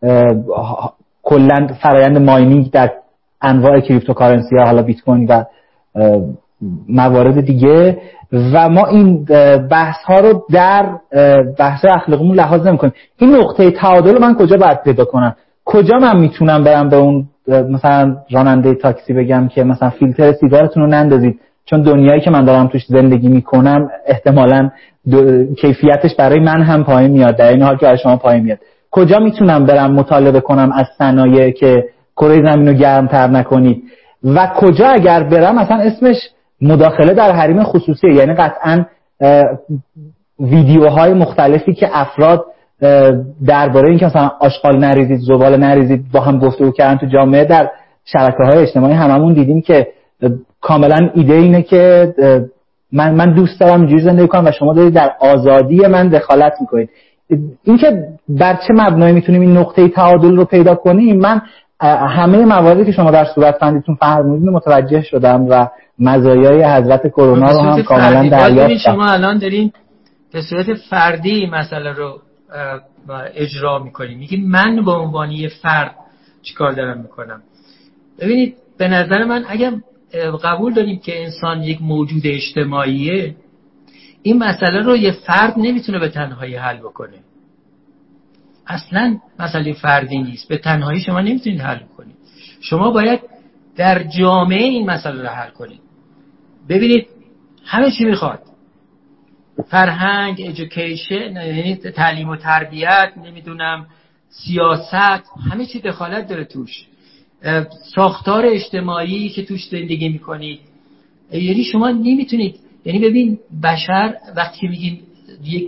کلا فرآیند ماینینگ در انواع کریپتوکارنسی ها، حالا بیت کوین و موارد دیگه، و ما این بحث ها رو در بحث اخلاقیمون لحاظ نمی‌کنیم. این نقطه تعادل رو من کجا باید پیدا کنم؟ کجا من میتونم برم به اون مثلا راننده تاکسی بگم که مثلا فیلتر سیگارتون رو نندازید چون دنیایی که من دارم توش زندگی میکنم احتمالاً کیفیتش برای من هم پایین میاد در این حال که برای شما پایین میاد. کجا میتونم برم مطالبه کنم از صنایع که کره زمین رو گرمتر نکنید و کجا اگر برم مثلا اسمش مداخله در حریم خصوصیه، یعنی قطعاً ویدیوهای مختلفی که افراد درباره اینکه مثلا آشغال نریزید، زباله نریزید با هم گفتگو کردن تو جامعه در شبکه‌های اجتماعی هممون دیدیم که کاملا ایده اینه که من دوست دارم اینجوری زندگی کنم و شما دارید در آزادی من دخالت میکنید. اینکه بر چه مبنایی میتونیم این نقطه تعادل رو پیدا کنیم، من همه مواردی که شما در صورت بندیتون فرمودید متوجه شدم و مزایای حضرت کرونا رو هم کاملا دریافتم. شما الان دارین به صورت فردی مسئله رو اجرا میکنید، میگید من به عنوان یه فرد چیکار دارم میکنم. ببینید به نظر من اگر قبول داریم که انسان یک موجود اجتماعیه، این مسئله رو یه فرد نمیتونه به تنهایی حل بکنه. اصلا مسئله فردی نیست، به تنهایی شما نمیتونید حل کنید. شما باید در جامعه این مسئله رو حل کنید. ببینید همه چی میخواد، فرهنگ، ایژوکیشن، یعنی تعلیم و تربیت، نمیدونم سیاست، همه چی دخالت داره توش. ساختار اجتماعی که توش زندگی میکنید، یعنی شما نمیتونید، یعنی ببین بشر وقتی میگیم یک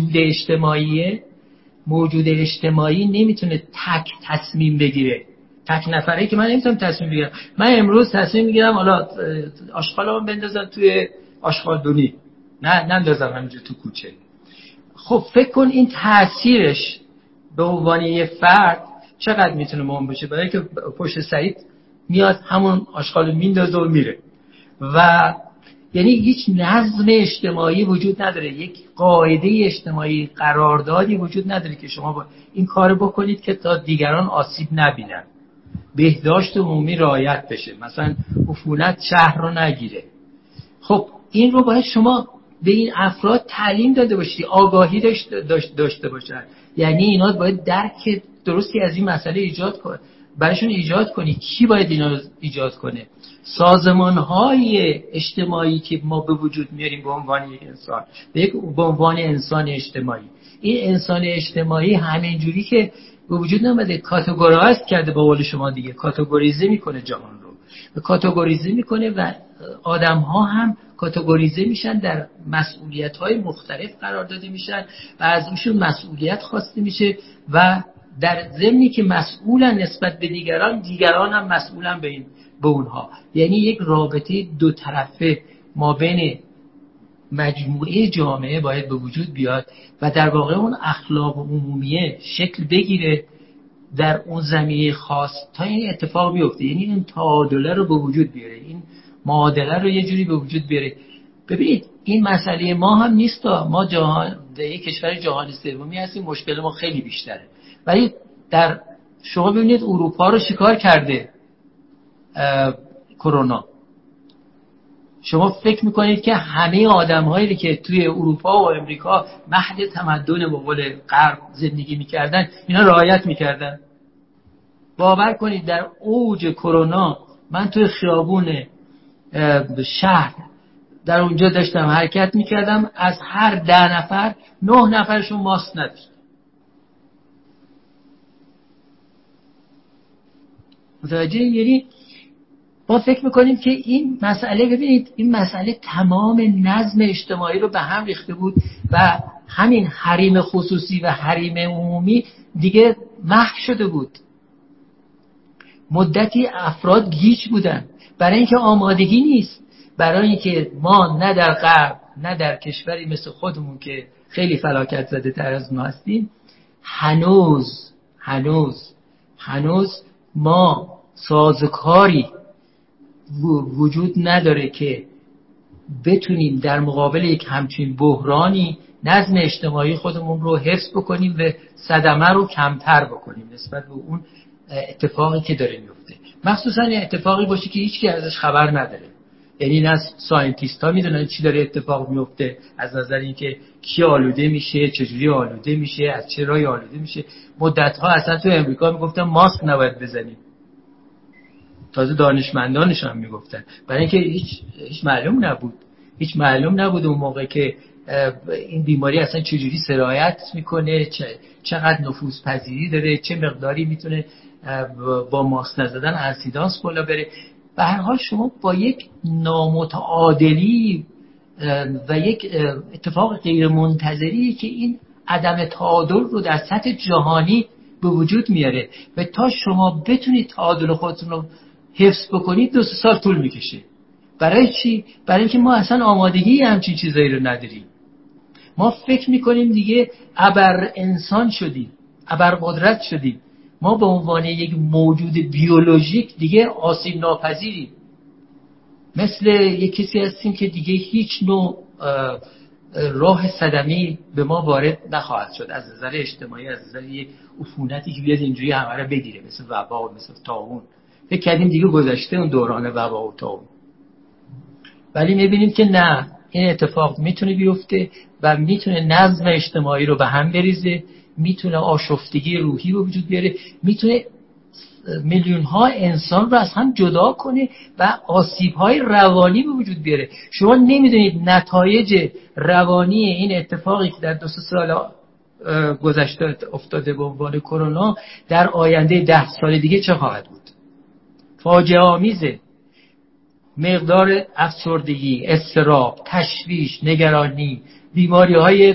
موجود اجتماعی نمیتونه تک تصمیم بگیره. تک نفره که من نمیتونم تصمیم بگیرم. من امروز تصمیم میگیرم حالا آشغالامو بندازم توی آشغالدونی، نه نندازم همینجا تو کوچه. خب فکر کن این تاثیرش به عنوان یه فرد چقدر میتونه مهم باشه، برای که پشت سرت میاد همون آشغالو میندازه و میره. و یعنی هیچ نظم اجتماعی وجود نداره، یک قاعده اجتماعی قراردادی وجود نداره که شما با این کار بکنید که تا دیگران آسیب نبینن، بهداشت عمومی رعایت بشه، مثلا عفونت شهر رو نگیره. خب این رو باید شما به این افراد تعلیم داده باشی، آگاهی داشته باشن. یعنی اینا باید درک درستی از این مسئله برایشون ایجاد کنی. کی باید اینا رو ایجاد کنه؟ سازمان‌های اجتماعی که ما به وجود میاریم به عنوان یک انسان، به عنوان انسان اجتماعی. این انسان اجتماعی همینجوری که به وجود نمیاد کاتگورایز کرده، به قول شما دیگه کاتگوریزه میکنه جهان رو، کاتگوریزه میکنه و آدم‌ها هم کاتگوریزه میشن، در مسئولیت‌های مختلف قرار داده میشن و از ایشون مسئولیت خواسته میشه و در ضمنی که مسئولن نسبت به دیگران هم مسئولن به اونها. یعنی یک رابطه دو طرفه ما بین مجموعه جامعه باید به وجود بیاد و در واقع اون اخلاق عمومیه شکل بگیره در اون زمینه خاص تا این اتفاق بیفته. یعنی این تعادله رو به وجود بیاره، این معادله رو یه جوری به وجود بیاره. ببینید این مسئله ما هم نیست، ما در یک کشور جهانی سومی هستیم، مشکل ما خیلی بیشتره. ولی در شما ببینید اروپا رو شکار کرده کرونا، شما فکر میکنید که همه آدم‌هایی که توی اروپا و امریکا مهد تمدن به قول غرب زندگی میکردن اینا رعایت میکردن؟ باور کنید در اوج کرونا من توی خیابون شهر در اونجا داشتم حرکت میکردم، از هر 10 نفر 9 نفرشون ماسک نداشت. متوجه؟ یعنی ما فکر میکنیم که این مسئله، ببینید این مسئله تمام نظم اجتماعی رو به هم ریخته بود و همین حریم خصوصی و حریم عمومی دیگه محو شده بود. مدتی افراد گیج بودن برای اینکه آمادگی نیست، برای اینکه ما نه در غرب نه در کشوری مثل خودمون که خیلی فلاکت زده تر از ما هستیم، هنوز ما سازوکاری وجود نداره که بتونیم در مقابل یک همچین بحرانی نظم اجتماعی خودمون رو حفظ بکنیم و صدمه رو کمتر بکنیم نسبت به اون اتفاقی که داره میفته. مخصوصا اتفاقی باشه که هیچکی ازش خبر نداره، یعنی نه ساینتیست ها میدونن چی داره اتفاق میفته از نظر اینکه کی آلوده میشه، چجوری آلوده میشه، از چه راهی آلوده میشه. مدت ها اصلا تو امریکا میگفتن ماسک نباید بزنیم، تازه دانشمندانش هم میگفتن، برای اینکه هیچ معلوم نبود اون موقع که این بیماری اصلا چجوری سرایت میکنه، چقدر نفوذ پذیری داره، چه مقداری میتونه با ماسک نزدن انسیدانس بالا بره. به هر حال شما با یک نامتعادلی و یک اتفاق غیر منتظری که این عدم تعادل رو در سطح جهانی به وجود میاره و تا شما بتونید تعادل خودتون رو حفظ بکنید 2 سال طول میکشه. برای چی؟ برای اینکه ما اصلا آمادگی همچین چیزایی رو نداریم. ما فکر میکنیم دیگه ابر انسان شدیم، ابر قدرت شدیم. ما به عنوان یک موجود بیولوژیک دیگه آسیب ناپذیریم، مثل یک کسی هستیم که دیگه هیچ نوع راه صدمه‌ای به ما وارد نخواهد شد از نظر اجتماعی، از نظر یک عفونتی که بیاد اینجوری همه رو بگیره، مثل وبا و مثل طاعون. فکر کردیم دیگه گذشته اون دوران وبا و طاعون، ولی میبینیم که نه، این اتفاق میتونه بیفته و میتونه نظم اجتماعی رو به هم بریزه، میتونه آشفتگی روحی رو وجود بیاره، میتونه میلیون ها انسان رو از هم جدا کنه و آسیب های روانی به وجود بیاره. شما نمیدونید نتایج روانی این اتفاقی که در 2 سال گذشته افتاده به عنوان کرونا در آینده 10 سال دیگه چه خواهد بود. فاجعه آمیزه. مقدار افسردگی، اضطراب، تشویش، نگرانی، بیماری های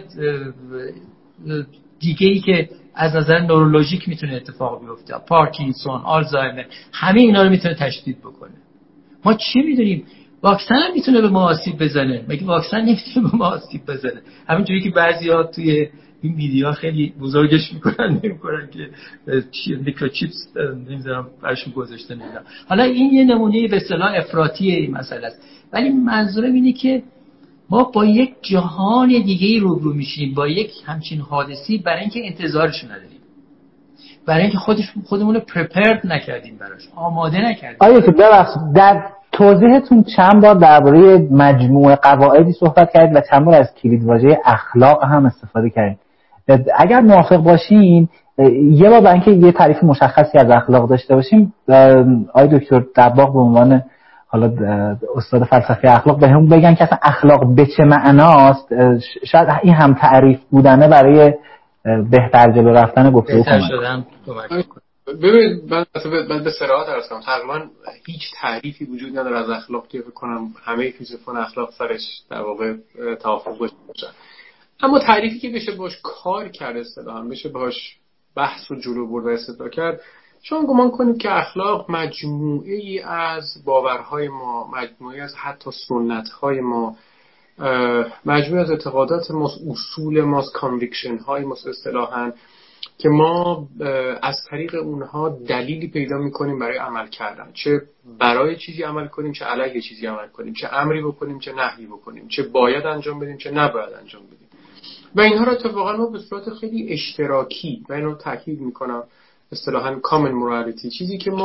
دیگه‌ای که از نظر نورولوژیک میتونه اتفاق بیفته، پارکینسون، آلزایمر، همه اینا رو میتونه تشدید بکنه. ما چی میدونیم؟ واکسن هم میتونه به ما آسیب بزنه. مگه واکسن نمیتونه به ما آسیب بزنه؟ همینجوری که بعضیا توی این ویدیوها خیلی بزرگش میکنن که میکروچیپس نمیذارم براشون گذاشته نمیدونم. حالا این یه نمونه به اصطلاح افراطی این مسئله است، ولی منظورم اینه که ما با یک جهان دیگه‌ای روبرو میشیم، با یک همچین حادثی، برای اینکه انتظارش نداریم، برای اینکه خودمون رو پرپرد نکردیم، براش آماده نکردیم. آیا که ببخشید در توضیحتون چند بار درباره مجموعه قواعدی صحبت کردید و چند بار از کلیدواژه اخلاق هم استفاده کردید. اگر موافق باشین یه بار برای اینکه یه تعریف مشخصی از اخلاق داشته باشیم، آقای دکتر دباغ به عنوان حالا استاد فلسفه اخلاق به هم بگن که اصلا اخلاق به چه معناست. شاید این هم تعریف بودنه برای بهتر جلو رفتن گفتگو کمک. ببینید من به صراحت عرض کنم تقریبا هیچ تعریفی وجود نداره از اخلاق که فکر کنم همه فیلسوفان اخلاق سرش در واقع توافق باشه. اما تعریفی که بشه باش کار کرد، اصطلاحاً بشه باش بحث و جلو برد و استدلال کرد، شما گمان کنید که اخلاق مجموعه ای از باورهای ما، مجموعه از حتی سنت‌های ما، مجموعه از اعتقادات ما، اصول ما، کانویکشن های ما اصطلاحاً، که ما از طریق اونها دلیلی پیدا میکنیم برای عمل کردن، چه برای چیزی عمل کنیم، چه علیه چیزی عمل کنیم، چه امری بکنیم، چه نهی بکنیم، چه باید انجام بدیم، چه نباید انجام بدیم. و اینها رو اتفاقا ما به صورت خیلی اشتراکی، و اینو تاکید میکنم، اصطلاحاً common morality، چیزی که ما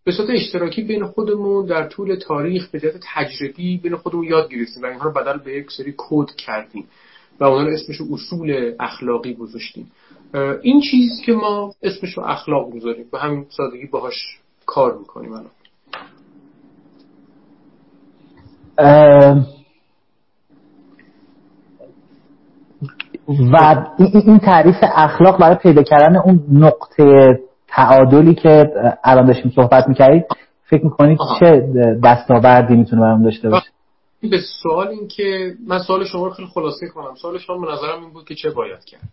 به صورت اشتراکی بین خودمون در طول تاریخ به جهت تجربی بین خودمون یاد گرفتیم و اینها رو بدل به یک سری کد کردیم و اونها رو اسمش رو اصول اخلاقی گذاشتیم. این چیزی که ما اسمش رو اخلاق میذاریم به همین سادگی باهاش کار میکنیم الان. و این تعریف اخلاق برای پیدا کردن اون نقطه تعادلی که الان داشتیم صحبت می‌کردید فکر می‌کنید چه دستاوردی میتونه برام داشته باشه؟ به سوال این که من سوال شما رو خیلی خلاصه کنم. سوال شما به نظرم این بود که چه باید کرد.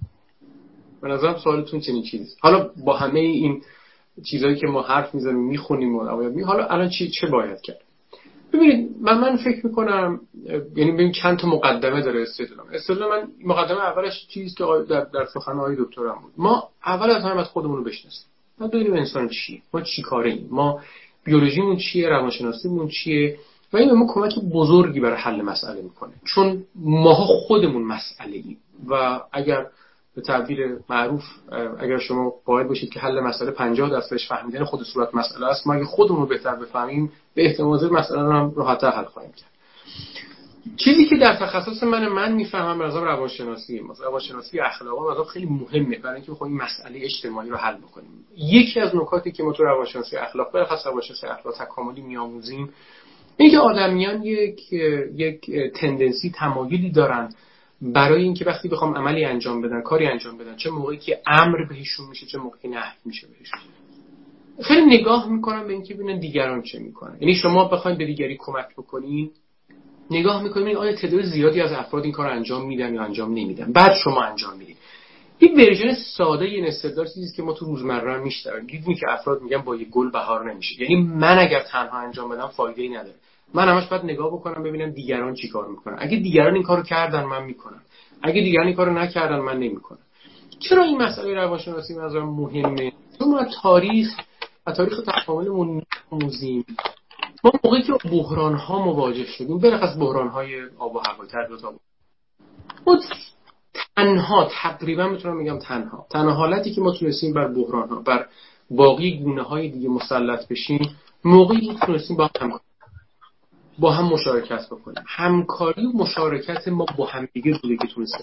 به نظرم سوالتون چنین چیزی. حالا با همه این چیزایی که ما حرف میزنیم میخونیم و حالا الان چه باید کرد؟ ببینید من فکر میکنم، یعنی ببین چند تا مقدمه داره استدلال من. مقدمه اولش چیزی که در سخنرانی دکترم بود، ما اول از همه خودمون رو بشناسیم. ما بدونیم انسان چیه، ما چی کاره ایم، ما بیولوژیمون چیه، روانشناسیمون چیه و این به ما کمک بزرگی برای حل مسئله میکنه، چون ما خودمون مسئله ایم و اگر به تعبیر معروف اگر شما قائل باشید که حل مسئله 50%ش فهمیدن خود صورت مسئله است، ما اگه خودمون رو بهتر بفهمیم به احتمال زیاد مسئله رو هم راحت‌تر حل خواهیم کرد. چیزی که در تخصص من میفهمم از روانشناسی، روانشناسی اخلاقی مثلا خیلی مهمه برای اینکه بخوایم مسئله اجتماعی رو حل بکنیم. یکی از نکاتی که ما تو روانشناسی اخلاق به خاص روانشناسی اخلاق تکاملی میآموزیم اینه که آدمیان یک تندنسی تمایلی دارن برای اینکه وقتی بخوام عملی انجام بدن، کاری انجام بدن، چه موقعی که امر بهشون میشه چه موقعی نهی میشه بهشون، خیلی نگاه میکنن به اینکه ببینن دیگران چه میکنن. یعنی شما بخواید به دیگری کمک بکنین، نگاه میکنین آیا تعداد زیادی از افراد این کارو انجام میدن یا انجام نمیدن، بعد شما انجام میدین. این ورژن ساده این استدلال چیزی که ما تو روزمره میشنویم. دیدین که افراد میگن با یه گل بهار نمیشه، یعنی من اگر تنها انجام بدم فایده‌ای نداره، من همش باید نگاه بکنم ببینم دیگران چیکار میکنن، اگه دیگران این کارو کردن من میکنم، اگه دیگران این کارو نکردن من نمیکنم. چرا این مسئله روانشناسی به نظر مهمه؟ چون ما تاریخ تکاملمون می‌آموزیم. ما موقعی که بحران‌ها مواجه شدیم، بلخص بحران‌های آب و هوا، تغییرات آب، ما تقریبا میتونم بگم تنها حالتی که ما تونستیم بر بحران‌ها بر باقی گونه‌های دیگه مسلط بشیم موقعی که تونستیم با هم مشارکت بکنیم. همکاری و مشارکت ما با هم دیگه بوده که تونستیم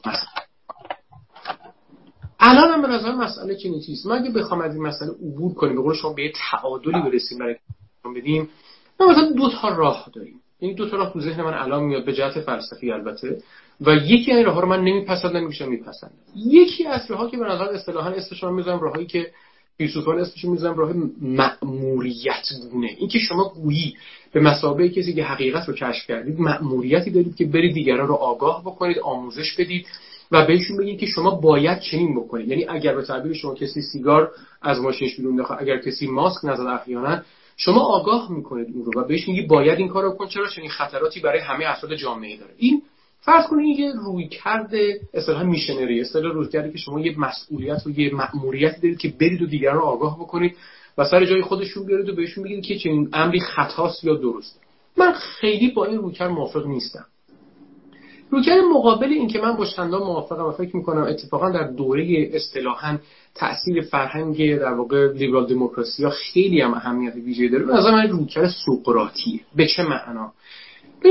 الان هم به نظر مسئله چنین چیزی. ما اگه بخوام از این مسئله عبور کنیم، به قول شما به یه تعادلی برسیم برای انجام بدیم، ما مثلا دو تا راه داریم. یعنی دو تا راه تو ذهن من الان میاد به جهت فلسفی البته، و یکی از راه‌ها رو من نمیپسندم، میپسندم. یکی از راه‌ها که به نظر اصطلاحاً اسمش رو میذارم راهی که فیلسوفان اسمش رو میذارم راه مأموریت گونه. این که شما گویی به مثابه کسی که حقیقت رو کشف کردید مأموریتی دارید که برید دیگران رو آگاه بکنید، آموزش بدید و بهشون بگید که شما باید چنین بکنید. یعنی اگر به تعبیر شما کسی سیگار از ماشینش بیرون انداخت، اگر کسی ماسک نزد احیانا، شما آگاه میکنید اون رو و بهش میگید باید این کارو بکن، چرا؟ چنین خطراتی برای همه افراد جامعه داره. این فرض کنید یه رویکرد اصطلاحاً میشنری، اصطلاح رویکردی که شما یه مسئولیت و یه مأموریتی دارید که برید و دیگران رو آگاه بکنید و سر جای خودشون بیارید و بهشون بگید که چنین امری خطاست یا درسته. من خیلی با این رویکرد موافق نیستم. رویکرد مقابل این که من با چندان موافقم و فکر می‌کنم اتفاقا در دوره اصطلاحاً تأثیر فرهنگ در واقع لیبرال دموکراسی خیلی هم اهمیت ویژه‌ای داره. به نظر من رویکرد سقراطیه. به چه معنا؟ به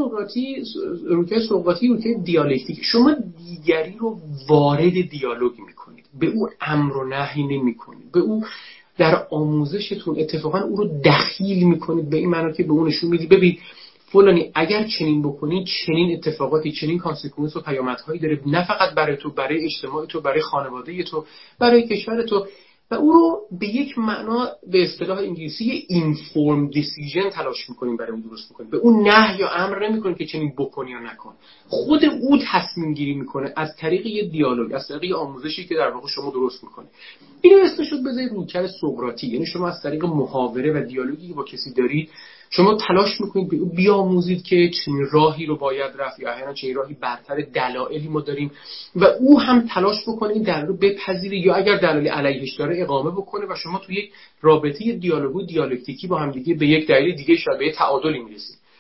رویکرد سقراطی رویکرد دیالکتیک. شما دیگری رو وارد دیالوگ می‌کنید، به او امر و نهی نمی‌کنید، به او در آموزشتون اتفاقا او رو دخیل می‌کنید، به این معنا که به اون نشون میدید ببین فلانی اگر چنین بکنی چنین اتفاقاتی، چنین کانسیکوئنس و پیامدهایی داره، نه فقط برای تو، برای اجتماع تو، برای خانواده تو، برای کشور تو، و او رو به یک معنا به اصطلاح انگلیسی اینفورم دیسیژن تلاش می‌کنیم برای اون درست بکنیم. به اون نهی یا امر نمی‌کنیم که چنین بکنی یا نکن. خود او تصمیم گیری می‌کنه از طریق یه دیالوگ، از طریق آموزشی که در واقع شما درست می‌کنید. اینو اسمش رو بذارید رویکرد سقراطی. یعنی شما از طریق محاوره و دیالوگی که با کسی دارید شما تلاش میکنید به او بیاموزید که چنین راهی رو باید رفت یا احیانا چنین راهی برتر، دلایلی ما داریم و او هم تلاش بکنه این دلیل رو بپذیره یا اگر دلایلی علیهش داره اقامه بکنه و شما توی یک رابطه دیالوگی دیالکتیکی با هم دیگه به یک دلیل دیگه شاید به تعادلی میرسید.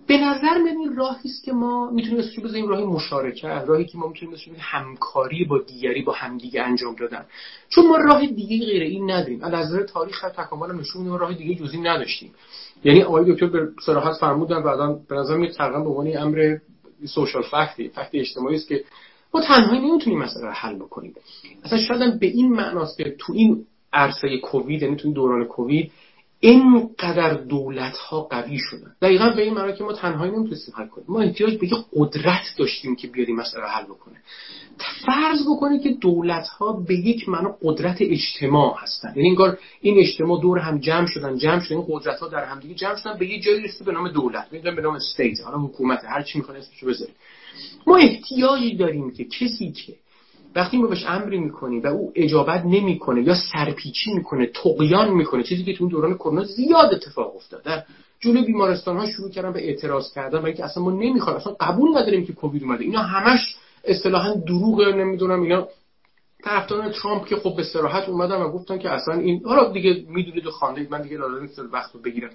به نظر میاد این راهی است که ما میتونیم اسمش بذاریم راه مشارکت، راهی که ما میتونیم اسمش بذاریم همکاری با دیگری، با همدیگه انجام دادن، چون ما راه دیگه غیر این نداریم. از نظر تاریخ تکامل نشون میده راه دیگه جز این نداشتیم. یعنی آقای دکتر به صراحت فرمودن بعداً به نظر میاد تقریبا به عنوان امر سوشال فکت اجتماعی است که ما تنهایی نمیتونیم مسئله رو حل بکنیم. اصلا شاید به این معناست که تو این عرصه کووید، یعنی تو این دوران کووید، اینقدر دولت‌ها قوی شدن. دقیقاً به این معنی که ما تنهایی نمیتونیم حل کنیم. ما احتیاج به یه قدرت داشتیم که بیاد این مسئله رو حل بکنه. فرض بکنید که دولت‌ها به یک معنی قدرت اجتماع هستن. یعنی انگار این اجتماع دور هم جمع شدن این قدرت‌ها در هم دیگه جمع شدن به یه جایی رسیده به نام دولت، میگن به نام استیت، حالا حکومت، هر چی می‌خواد اسمشو بذارید. ما احتیاجی داریم که کسی که وقتی ما بهش امری میکنیم و او اجابت نمیکنه یا سرپیچی میکنه، طغیان میکنه، چیزی که تو دوران کرونا زیاد اتفاق افتاد، در جلوی بیمارستان ها شروع کردن به اعتراض کردن برای اینکه اصلا ما نمیخوایم، اصلا قبول نداریم که کووید اومده. اینا همش اصطلاحاً دروغه، نمیدونم اینا طرفداران ترامپ که خب به صراحت اومدن و گفتن که اصلا این، حالا دیگه میدونید و خواندید، من دیگه لازم نیست وقتو بگیرم.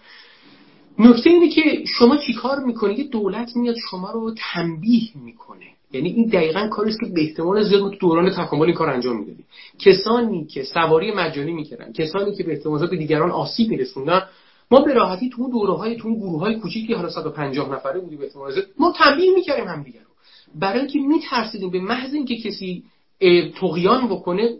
نکته اینه که شما چیکار میکنید؟ دولت میاد شما رو تنبیه میکنه. یعنی این دقیقاً کاری است که به احتمال زیاد ما تو دوران تکامل این کار انجام میدادیم. کسانی که سواری مجانی میکردن، کسانی که به احتمال به دیگران آسیب میرسوندن، ما به راحتی تو اون دوره‌های، تو اون گروه‌های کوچیکی، حالا 150 نفره بودی به احتمال زیاد، ما تنبیه میکردیم همدیگه رو، برای اینکه میترسیدیم به محض اینکه کسی طغیان بکنه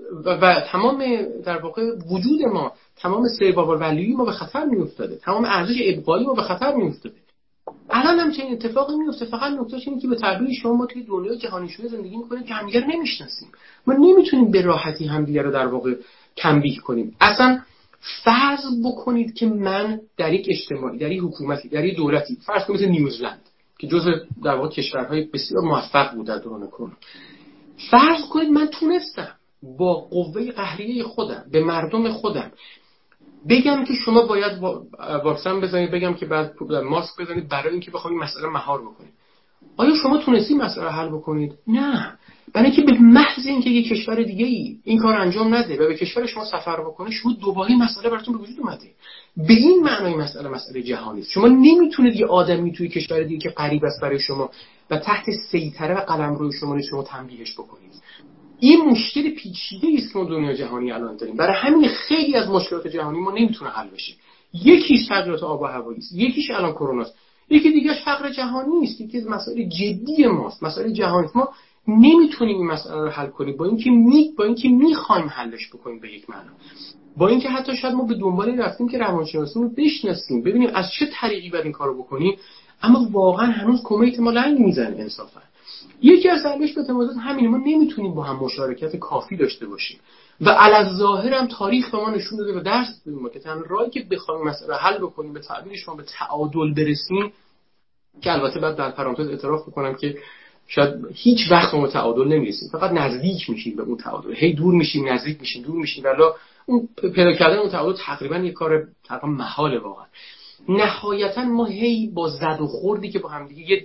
و تمام در واقع وجود ما، تمام سروایوال ولیوی ما به خطر میافتاده، تمام ارزش ابقایی ما به خطر میافتاده. الان هم چنین اتفاقی میفته. فقط نکتهش اینه که به تعبیر شما ما توی دنیای جهانی شده زندگی میکنیم که همدیگه رو نمیشناسیم. ما نمیتونیم به راحتی همدیگه رو در واقع تنبیه کنیم. اصلا فرض بکنید که من در یک اجتماعی، در یک حکومتی، در یک دولتی، فرض کنید مثل نیوزلند که جزء در واقع کشورهای بسیار موفق بود در دوران کرونا، فرض کنید من تونستم با قوه قهریه خودم به مردم خودم بگم که شما باید واکسن بزنید، بگم که بعد ماسک بزنید برای اینکه بخواید این مسئله مهار بکنید. آیا شما تونستید مسئله حل بکنید؟ نه. برای اینکه به محض اینکه یک کشور دیگه این کار انجام نده و به کشور شما سفر بکنه، شما دوباره مسئله براتون به وجود اومده. به این معنای مسئله جهانی است. شما نمیتونید یه آدمی توی کشور دیگه که غریب است برای شما و تحت سیطره و قلمرو شما نیست، شما تنبیهش بکنید. این مشکل پیچیده است که ما دنیای جهانی الان داریم. برای همین خیلی از مشکلات جهانی ما نمیتونه حل بشه. یکیش تغییرات آب و هوایی است، یکیش الان کرونا است، یکی دیگه‌اش فقر جهانی است، یکی از مسائل جدی ماست، مسائل جهانی. ما نمیتونیم این مسئله رو حل کنیم با اینکه میخوایم حلش بکنیم به یک معنا، با اینکه حتی شاید ما به دنبال این رفتیم که روانشناسیمون رو بشناسیم، ببینیم از چه طریقی باید این کارو بکنیم، اما واقعا هنوز کمیت ما لنگ میزنه انصافا. یکی از دلایلش به تمازت همینه، ما نمیتونیم با هم مشارکت کافی داشته باشیم و علاوه هم تاریخ به ما نشون داده و درس داده ما که تنها راهی که بخوایم مسئله حل بکنیم، به تعبیر شما به تعادل برسیم، که البته بعد در پرانتز اعتراف بکنم که شاید هیچ وقت ما تعادل نمیرسیم، فقط نزدیک میشیم به اون تعادل، هی دور میشیم نزدیک میشیم دور میشیم، ولی اون پیدا کردن اون تعادل تقریبا یه کار تقریبا محاله واقعا. نهایتا ما هی با زد و خوردی که با هم دیگه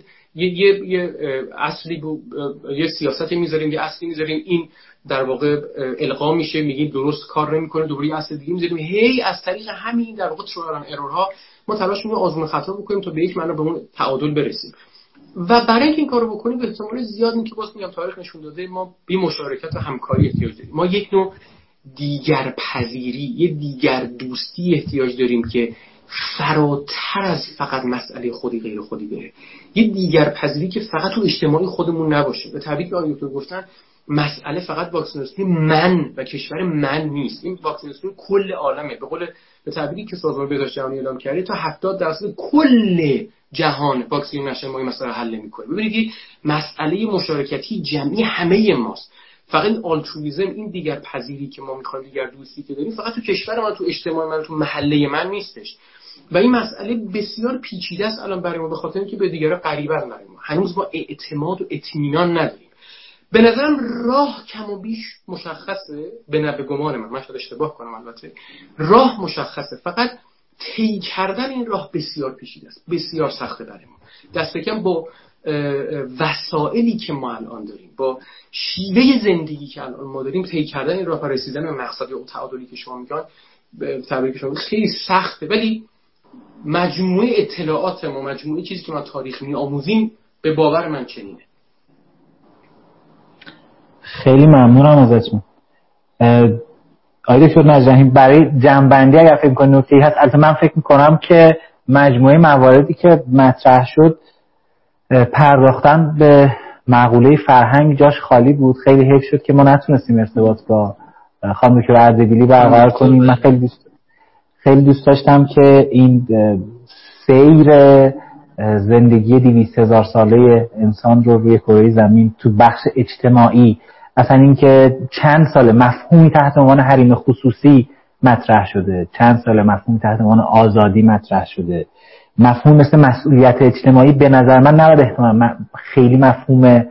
یه اصلی یه سیاستی میذاریم، یه اصلی میذاریم، این در واقع القا میشه، میگیم درست کار نمیکنه، دوباره یه اصل دیگه میذاریم، هی از طریق همین در واقع ترایل ارورها ما تلاش میکنیم آزمون خطا بکنیم تا به یک معنا به اون تعادل برسیم. و برای اینکه این کارو بکنیم به احتمال زیاد این که باز میگم تاریخ نشون داده ما به مشارکت و همکاری احتیاج داریم. ما یک نوع دیگر پذیری، یه دیگر دوستی احتیاج داریم که فراتر از فقط مسئله خودی غیر خودی بره، یه دیگر پذیری که فقط تو اجتماعی خودمون نباشه. به تعبیری که آقای دکتر گفتن مسئله فقط واکسیناسیون من و کشور من نیست، این واکسیناسیون کل عالمه. به قول به تعبیری که سازمان بهداشت جهانی اعلام کرده تا 70% کل جهان واکسین نشه ما این مسئله حل نمی‌کنه. ببینید مسئله مشارکتی جمعی همه ماست. فقط این آلترویسم، این دیگر پذیری که ما می‌خوایم، دیگر دوستی که داریم، فقط تو کشور من، تو اجتماع من، تو محله من نیستش. و این مسئله بسیار پیچیده است الان برای ما، به خاطر اینکه به دیگران غریبه‌اند برای ما. هنوز ما اعتماد و اطمینان نداریم. به نظرم راه کم و بیش مشخصه، به گمان من شاید اشتباه کنم البته، راه مشخصه، فقط طی کردن این راه بسیار پیچیده است، بسیار سخته برای ما. دست کم با وسایلی که ما الان داریم، با شیوه زندگی که الان ما داریم، طی کردن این راه و رسیدن به مقصد یا تعادلی که شما میگن به تعبیری که شما خیلی سخته. ولی مجموعه اطلاعات ما، مجموعه چیزی که ما تاریخ می‌آموزیم، به باور من چنینه. خیلی ممنونم ازتون. آقای دکتر نجمی، برای جمع‌بندی اگر فکر کنید نکته‌ای هست، البته من فکر می‌کنم که مجموعه مواردی که مطرح شد پرداختن به مقوله فرهنگ جاش خالی بود. خیلی حیف شد که ما نتونستیم ارتباط با خانم دکتر اردبیلی برقرار کنیم. من خیلی دوست داشتم که این سیر زندگی 200,000 ساله انسان رو روی کره زمین تو بخش اجتماعی، اصلا این که چند سال مفهومی تحت عنوان حریم خصوصی مطرح شده، چند سال مفهوم تحت عنوان آزادی مطرح شده، مفهوم مثل مسئولیت اجتماعی به نظر من نباید احتمالاً خیلی مفهوم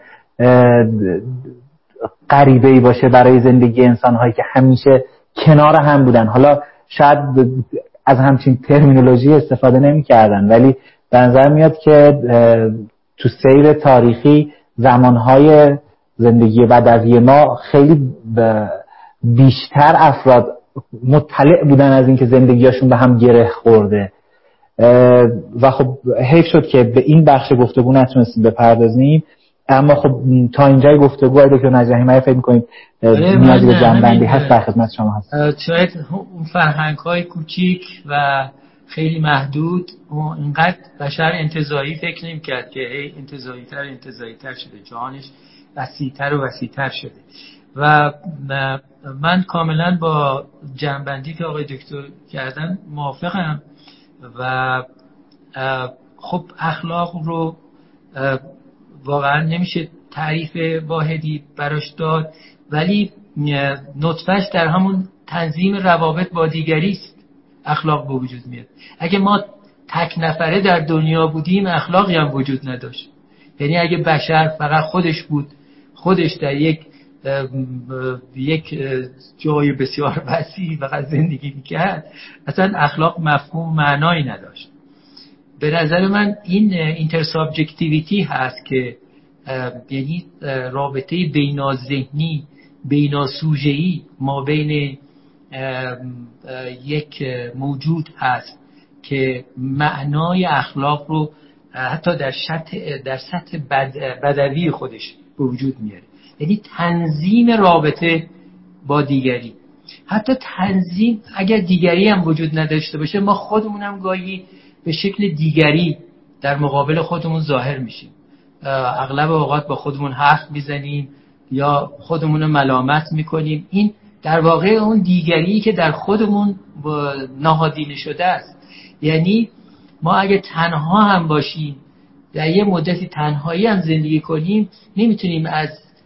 غریبه‌ای باشه برای زندگی انسان‌هایی که همیشه کنار هم بودن. حالا شاید از همچین ترمینولوژی استفاده نمی‌کردن، ولی به نظر میاد که تو سیر تاریخی زمانهای زندگی بعد از ما خیلی بیشتر افراد مطلع بودن از اینکه زندگیشون به هم گره خورده و خب حیف شد که به این بخش گفتگو نتونستیم بپردازیم. اما خب تا اینجای گفتگو آقای دکتر نجمی من فکر می‌کنید نیازی به جنبندی هست، در خدمت شما هست. شاید اون فرهنگ‌های کوچیک و خیلی محدود اینقدر بشر انتزاعی فکر نمی‌کرد که هی انتزاعی‌تر شده، جهانش وسیع‌تر و وسیع‌تر شده. و من کاملا با جنبندی که آقای دکتر کردن موافقم و خب اخلاق رو واقعا نمیشه تعریف واحدی براش داد، ولی نطفه‌اش در همون تنظیم روابط با دیگری است اخلاق به وجود میاد. اگه ما تک نفره در دنیا بودیم اخلاقی هم وجود نداشت. یعنی اگه بشر فقط خودش بود، خودش در یک جای بسیار وسیع فقط زندگی میکرد، اصلا اخلاق مفهوم معنایی نداشت. به نظر من این اینترسابجکتیویتی هست که یعنی رابطه بیناذهنی، بیناسوژه‌ای ما بین یک موجود هست که معنای اخلاق رو حتی در سطح بدوی خودش به وجود میاره. یعنی تنظیم رابطه با دیگری، حتی تنظیم اگر دیگری هم وجود نداشته باشه ما خودمون هم گاهی به شکل دیگری در مقابل خودمون ظاهر میشیم. اغلب اوقات با خودمون حرف میزنیم یا خودمون رو ملامت میکنیم. این در واقع اون دیگری که در خودمون نهادینه شده است. یعنی ما اگه تنها هم باشیم، در یه مدتی تنهایی هم زندگی کنیم، نمیتونیم از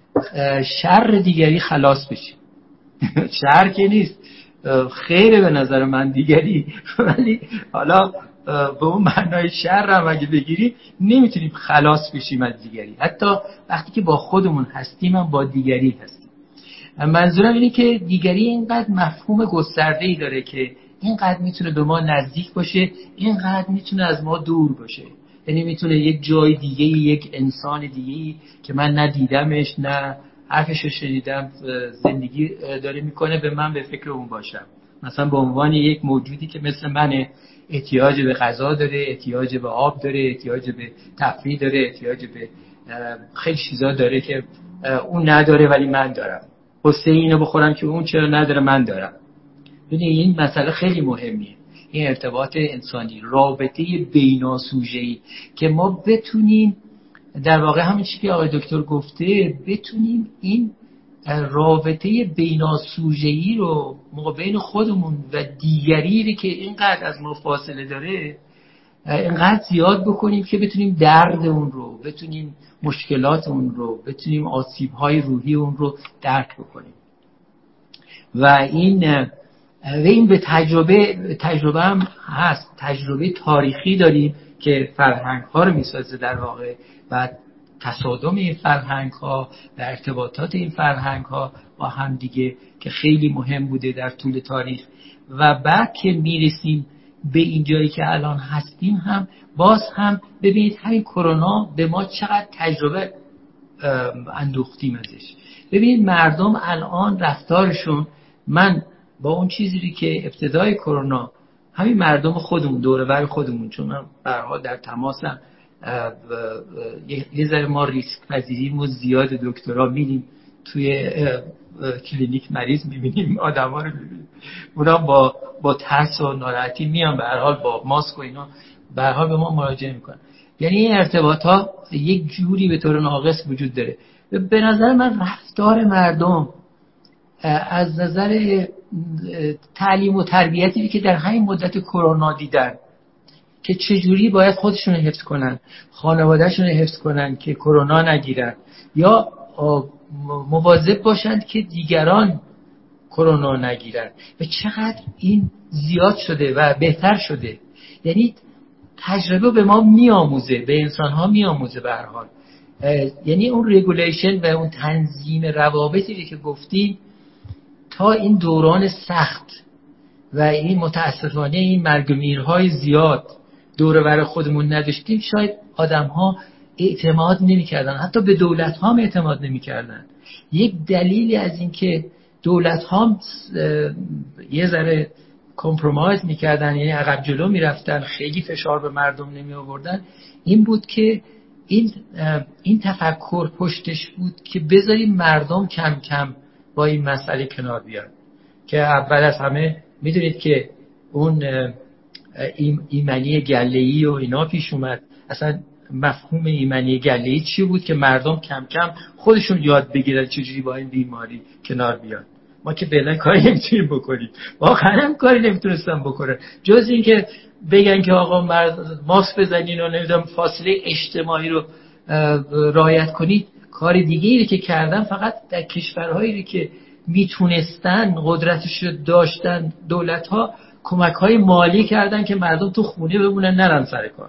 شر دیگری خلاص بشیم. شر که نیست، خیره به نظر من دیگری، ولی حالا به اون معنای شر هم اگه بگیریم نمیتونیم خلاص بشیم از دیگری. حتی وقتی که با خودمون هستیم هم با دیگری هستیم. منظورم اینه که دیگری اینقدر مفهوم گسترده‌ای داره که اینقدر میتونه به ما نزدیک باشه، اینقدر میتونه از ما دور باشه. یعنی میتونه یک جای دیگه، یک انسان دیگه که من ندیدمش، نه حرفش رو شنیدم، زندگی داره میکنه، به من به فکر اون باشم. مثلا به عنوان یک موجودی که مثل منه، احتیاج به غذا داره، احتیاج به آب داره، احتیاج به تفریح داره، احتیاج به خیلی چیزا داره که اون نداره ولی من دارم. قصه اینو بخورم که اون چرا نداره من دارم. ببینید این مسئله خیلی مهمیه، این ارتباط انسانی، رابطه بیناسوژه‌ای که ما بتونیم در واقع همین چیزی که آقای دکتر گفته، بتونیم این رابطه بیناسوژه‌ای رو ما بین خودمون و دیگری که اینقدر از ما فاصله داره اینقدر زیاد بکنیم که بتونیم درد اون رو، بتونیم مشکلات اون رو، بتونیم آسیب‌های روحی اون رو درک بکنیم. و این به تجربه هم هست، تجربه تاریخی داریم که فرهنگ‌ها رو میسازه در واقع، و تصادم این فرهنگ‌ها و ارتباطات این فرهنگ‌ها با هم دیگه که خیلی مهم بوده در طول تاریخ. و بعد که میرسیم به این جایی که الان هستیم هم باز هم ببینید همین کرونا به ما چقدر تجربه اندوختیم ازش. ببینید مردم الان رفتارشون، من با اون چیزی که ابتدای کرونا همین مردم خودمون، دور و بر خودمون، چون من به هر حال در تماسم، یه ذره ما ریسک پذیریمو زیاد، دکترا میریم توی کلینیک مریض میبینیم، آدما رو میبینیم، اونا با ترس و ناراحتی میان، به هر حال با ماسک و اینا به هر حال به ما مراجعه میکنن. یعنی این ارتباط ها یک جوری به طور ناقص وجود داره. به نظر من رفتار مردم از نظر تعلیم و تربیتی که در همین مدت کرونا دیدن که چجوری باید خودشون رو حفظ کنن، خانوادهشون رو حفظ کنن که کرونا نگیرن، یا مواظب باشند که دیگران کرونا نگیرن، و چقدر این زیاد شده و بهتر شده. یعنی تجربه به ما میآموزه، به انسان ها میآموزه به هر حال. یعنی اون ریگولیشن و اون تنظیم روابطی که گفتیم تا این دوران سخت و این متاسفانه این مرگ و میرهای زیاد دور و بر خودمون نداشتیم، شاید آدم ها اعتماد نمی‌کردن، حتی به دولت ها اعتماد نمی‌کردن. یک دلیلی از این که دولت ها یه ذره کامپرومایز می‌کردن، یعنی عقب جلو می‌رفتن، خیلی فشار به مردم نمی‌آوردن، این بود که این تفکر پشتش بود که بذاریم مردم کم کم با این مسئله کنار بیان. که اول از همه میدونید که اون ایمنی گله‌ای و اینا پیش اومد. اصلا مفهوم ایمنی گله‌ای چی بود؟ که مردم کم کم خودشون یاد بگیرن چجوری با این بیماری کنار بیان. ما که فعلا کاری نمیتونیم بکنیم، واقعا هم کاری نمیتونستم بکنم، جز این که بگن که آقا ماسک بزنین و نمیدونم فاصله اجتماعی رو رعایت کنید. کار دیگه‌ای که کردن فقط در کشورهایی که میتونستن، قدرتش رو داشتن، دولت‌ها کمک‌های مالی کردن که مردم تو خونه بمونن، نرن سر کار.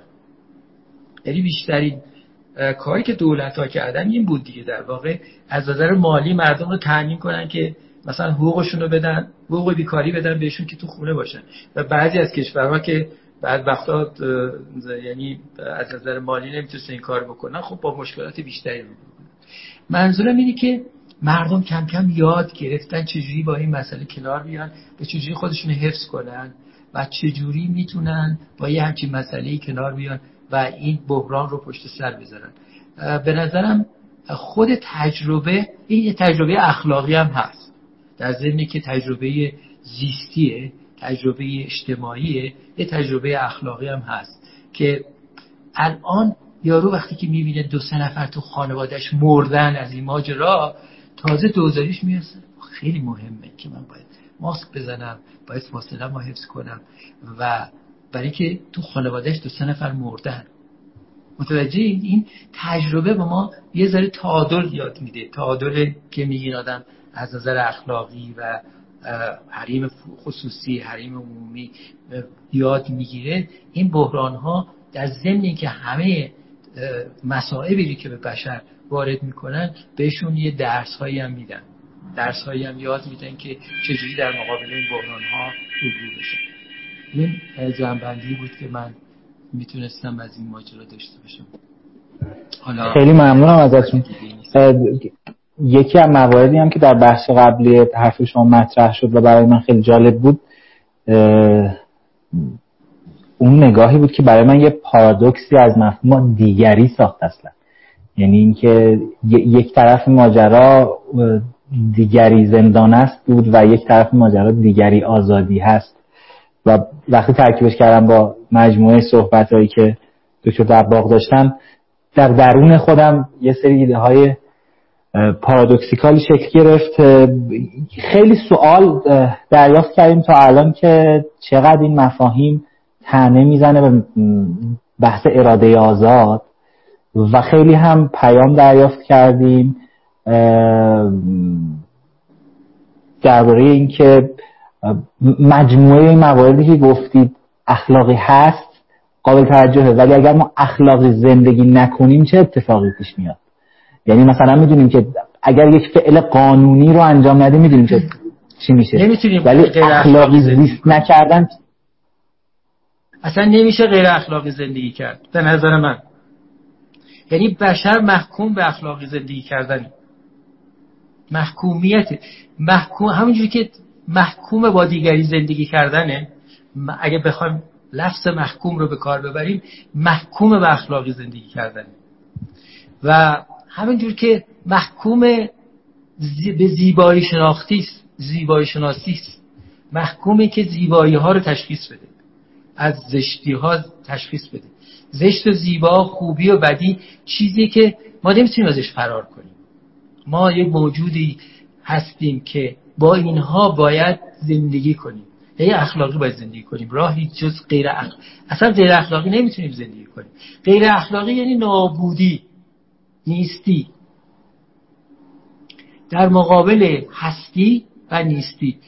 یعنی بیشترین کاری که دولت‌ها کردن این بود دیگه، در واقع از نظر مالی مردم رو تامین کنن که مثلا حقوقشون رو بدن، حقوق بیکاری بدن بهشون که تو خونه باشن. و بعضی از کشورها که بعد وقتا یعنی از نظر مالی نمیتونن این کار بکنن، خب با مشکلات بیشتری رو بکنن. منظورم اینه که مردم کم کم یاد گرفتن چجوری با این مسئله کنار بیان و چجوری خودشون حفظ کنن و چجوری میتونن با یه همچین مسئله‌ای کنار بیان و این بحران رو پشت سر بذارن. به نظرم خود تجربه، این یه تجربه اخلاقی هم هست، در ضمنی که تجربه زیستیه، تجربه اجتماعیه، یه تجربه اخلاقی هم هست که الان یارو وقتی که میبینه 2-3 نفر تو خانوادهش مردن از این ماجرا، تازه دوزاریش میرسه خیلی مهمه که من باید ماسک بزنم، باید فاصله ما حفظ کنم، و برای که تو خانوادهش 2-3 نفر مردن. متوجه این تجربه به ما یه ذره تعادل یاد میده، تعادل که میگین آدم از نظر اخلاقی و حریم خصوصی، حریم عمومی یاد میگیره. این بحران ها در ضمن اینکه همه مصائبی که به بشر وارد میکنن، بهشون یه درس هایی هم میدن، درس هایی هم یاد میدن که چجوری در مقابل این بحران ها روبرو بشن. این جنبندی بود که من میتونستم از این ماجرا داشته باشم. خیلی ممنونم ازتون. یکی از مواردی هم که در بخش قبلی حرف شما مطرح شد و برای من خیلی جالب بود، اون نگاهی بود که برای من یه پارادوکسی از مفهوم دیگری ساخت اصلا. یعنی اینکه یک طرف ماجرا دیگری زندان است بود و یک طرف ماجرا دیگری آزادی هست، و وقتی ترکیبش کردم با مجموعه صحبت‌هایی که دکتر دباغ داشتن، در درون خودم یه سری ایده های پارادوکسیکالی شکل گرفت. خیلی سوال دریافت کردیم تا الان که چقدر این مفاهیم طعنه میزنه به بحث اراده آزاد، و خیلی هم پیام دریافت کردیم درباره این که مجموعه این مواردی که گفتید اخلاقی هست، قابل توجهه، ولی اگر ما اخلاقی زندگی نکنیم چه اتفاقی پیش میاد؟ یعنی مثلا میدونیم که اگر یک فعل قانونی رو انجام ندیم میدونیم که چی میشه، ولی اخلاقی زیست نکردن اصلا نمیشه غیر اخلاقی زندگی کرد به نظر من. یعنی بشر محکوم به اخلاقی زندگی کردن، محکومیت، همونجوری که محکوم با دیگری زندگی کردنه، اگه بخوایم لفظ محکوم رو به کار ببریم، محکوم به اخلاقی زندگی کردن و همینجور که محکوم به زیبایی شناسی است، محکومه که زیبایی ها رو تشخیص بده، از زشتی ها تشخیص بده. زشت و زیبا، خوبی و بدی چیزی که ما نمیتونیم ازش فرار کنیم. ما یک موجودی هستیم که با اینها باید زندگی کنیم، یعنی اخلاقی باید زندگی کنیم. راهی جز اصلا غیر اخلاقی نمیتونیم زندگی کنیم. غیر اخلاقی یعنی نابودی، نیستی، در مقابل هستی و نیستی.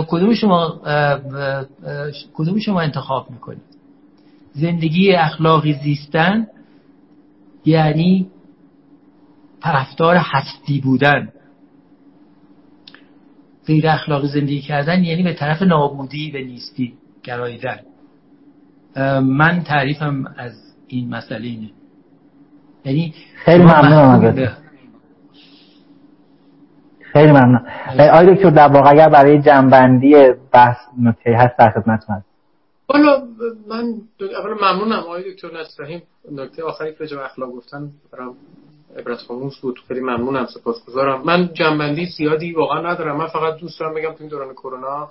کدوم شما انتخاب میکنید؟ زندگی اخلاقی زیستن یعنی طرفدار هستی بودن، غیر اخلاقی زندگی کردن یعنی به طرف نابودی و نیستی گراییدن. من تعریفم از این مسئله اینه. یعنی خیلی ممنونم. خیلی ممنون. آقای دکتر در واقع اگر برای جنبندی بحث نکته هست در خدمتتون هستم. والا من اولا ممنونم آقای دکتر نصرالرحیم. نکته آخری که راجع به اخلاق گفتن برام عبرت‌آموز بود. خیلی ممنونم، سپاسگزارم. من جنبندی زیادی واقعا ندارم. من فقط دوست دارم بگم تو این دوران کرونا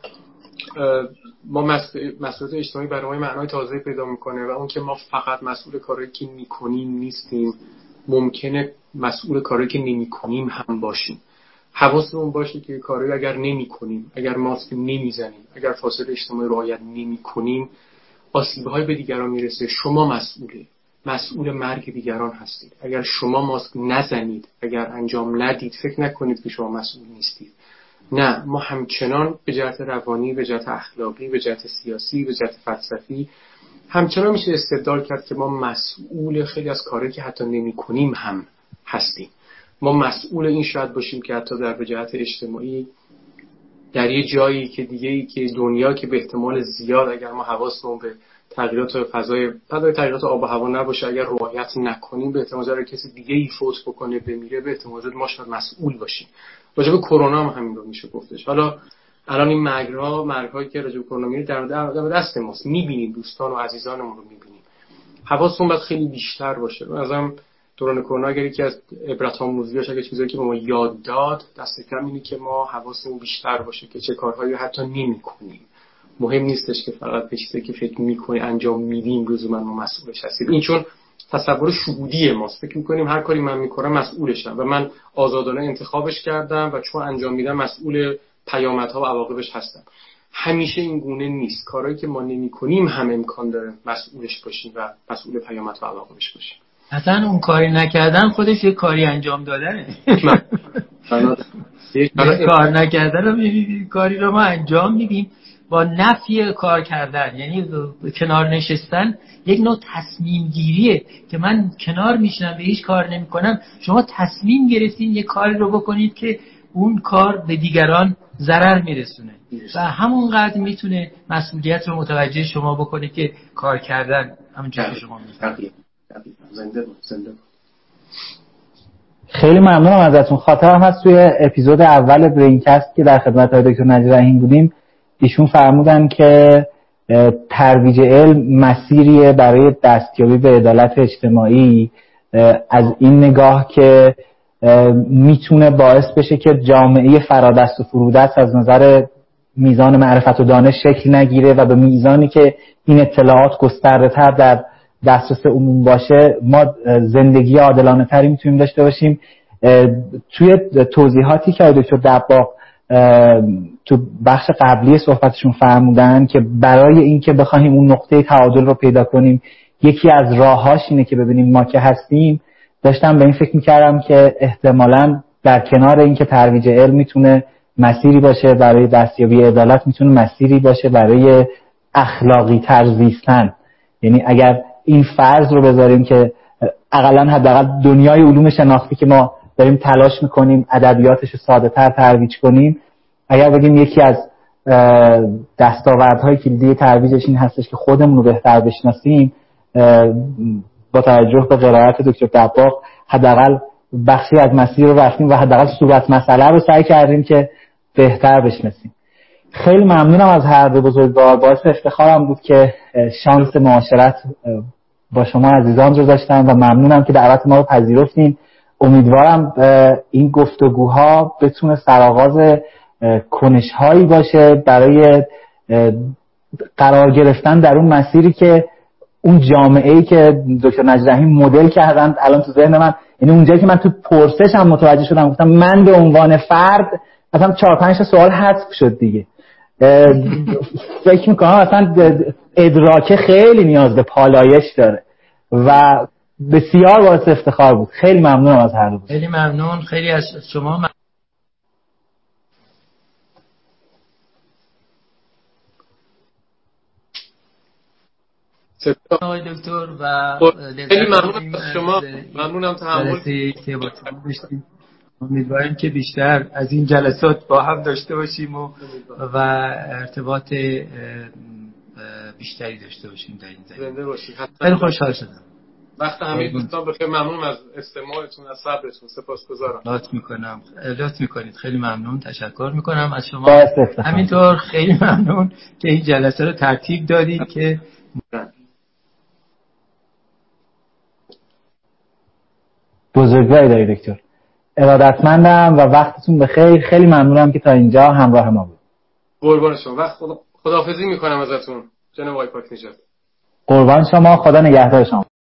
ما مسئولیت اجتماعی برای ما معنای تازه‌ای پیدا میکنه و اون که ما فقط مسئول کاری که میکنیم نیستیم، ممکنه مسئول کاری که نمیکنیم هم باشیم. حواسمون باشه که کاری اگر نمیکنیم، اگر ماسک نمیزنیم، اگر فاصله اجتماعی رعایت نمیکنیم، آسیب‌های به دیگران میرسه. شما مسئول مرگ دیگران هستید. اگر شما ماسک نزنید، اگر انجام ندید، فکر نکنید که شما مسئول نیستید. نه، ما همچنان به جهت روانی، به جهت اخلاقی، به جهت سیاسی، به جهت فلسفی همچنان میشه استدلال کرد که ما مسئول خیلی از کارهایی که حتی نمی‌کنیم هم هستیم. ما مسئول این شاید باشیم که حتی در به جهت اجتماعی در یه جایی که دیگه‌ای که دنیا که به احتمال زیاد اگر ما حواسمون به تغییرات فضای تغییرات آب و هوا نباشه، اگر رعایت نکنیم، به احتمال زیاد کسی دیگه‌ای فوت بکنه، بمیره، به احتمال زیاد ما شاید مسئول باشیم. راجع به کرونا هم همین رو میشه گفتش. حالا الان این مرگ‌هایی که راجع به کرونا میره در دست ماست، می‌بینیم، دوستان و عزیزانمون رو می‌بینیم. حواسمون باید خیلی بیشتر باشه. مثلا دوران کرونا اگر یکی از عبرت‌آموزیاش اگه چیزایی که به ما یاد داد، دست کم اینه که ما حواسمون بیشتر باشه که چه کارهایی حتی نمی‌کنیم. مهم نیستش که فقط به چیزی که فکر می‌کنیم انجام میدیم لزوما ما مسئولش هستیم. این چون تصور شهودی ماست. فکر می‌کنیم هر کاری من می‌کنم مسئولشم و من آزادانه انتخابش کردم و چون انجام میدم مسئول پیامدها و عواقبش هستم. همیشه این گونه نیست. کارهایی که ما نمی‌کنیم هم امکان داره مسئولش باشیم و مسئول پیامدها و عواقبش باشیم. اصلا اون کاری نکردن خودش یک کاری انجام دادنه. کار نکردن رو کاری رو ما انجام میدیم با نفی کار کردن، یعنی کنار نشستن یک نوع تصمیم گیریه که من کنار میشنم به هیچ کار نمی کنم. شما تصمیم گرفتین یک کاری رو بکنید که اون کار به دیگران ضرر میرسونه و همونقدر میتونه مسئولیت رو متوجه شما بکنه که کار کردن همونجور که شما میفهمید. زنده. خیلی ممنونم ازتون. خاطرم هست توی اپیزود اول برینکست که در خدمت آقای دکتر نجیب‌رحیم بودیم، ایشون فرمودن که ترویج علم مسیریه برای دستیابی به عدالت اجتماعی، از این نگاه که میتونه باعث بشه که جامعه فرادست و فرودست از نظر میزان معرفت و دانش شکل نگیره و به میزانی که این اطلاعات گسترده تر در دسترس عموم باشه ما زندگی عادلانه تری میتونیم داشته باشیم. توی توضیحاتی که دکتر دباغ تو بخش قبلی صحبتشون فرمودن که برای اینکه بخوایم اون نقطه تعادل رو پیدا کنیم یکی از راهاش اینه که ببینیم ما که هستیم، داشتم به این فکر میکردم که احتمالاً در کنار اینکه ترویج علم میتونه مسیری باشه برای دستیابی عدالت، میتونه مسیری باشه برای اخلاقی تر زیستن. یعنی اگر این فرض رو بذاریم که اقلاً حداقل دنیای علوم شناختی که ما داریم تلاش میکنیم ادبیاتش رو ساده تر ترویج کنیم، اگر بگیم یکی از دستاوردهای کلیدی ترویجش این هستش که خودمون رو بهتر بشناسیم، با توجه به قرائت دکتر دباغ حداقل بخشی از مسیر رو رفتیم و حداقل صورت مسئله رو سعی کردیم که بهتر بشناسیم. خیلی ممنونم از هر دو بزرگوار. باعث افتخارم بود که شانس معاشرت با شما عزیزان رو داشتم و ممنونم که دعوت ما رو پذیرفتین. امیدوارم این گفتگوها بتونه سرآغاز کنش‌هایی باشه برای قرار گرفتن در اون مسیری که اون جامعه‌ای که دکتر نجیب رحیم مدل کردن الان تو ذهن من، یعنی اونجایی که من تو پرسشم متوجه شدم، گفتم من به عنوان فرد مثلا 4-5 تا سوال حذف شد دیگه. فکر میکنم اصلا ادراک خیلی نیاز به پالایش داره و بسیار باعث افتخار بود. خیلی ممنونم از هر دو. خیلی ممنون. خیلی از شما آقای دکتر و خیلی ممنونم از شما. ممنونم تحمل که با شما داشتیم. امیدواریم که بیشتر از این جلسات با هم داشته باشیم و ارتباط بیشتری داشته باشیم در این زمینه. خیلی خوشحال شدم. وقت همه دوستان بخیر. ممنونم از استماعتون، از صبرتون. سپاسگزارم. لطف میکنید. خیلی ممنون. تشکر میکنم از شما. همینطور خیلی ممنون که این جلسه رو ترتیب دادید که بزرگواری داری دکتر. ارادتمندم و وقتتون بخیر. خیلی ممنونم که تا اینجا همراه ما بود. قربان شما. خداحافظی میکنم ازتون جناب آقای پاک نژاد. قربان شما. خدا نگهدار شما.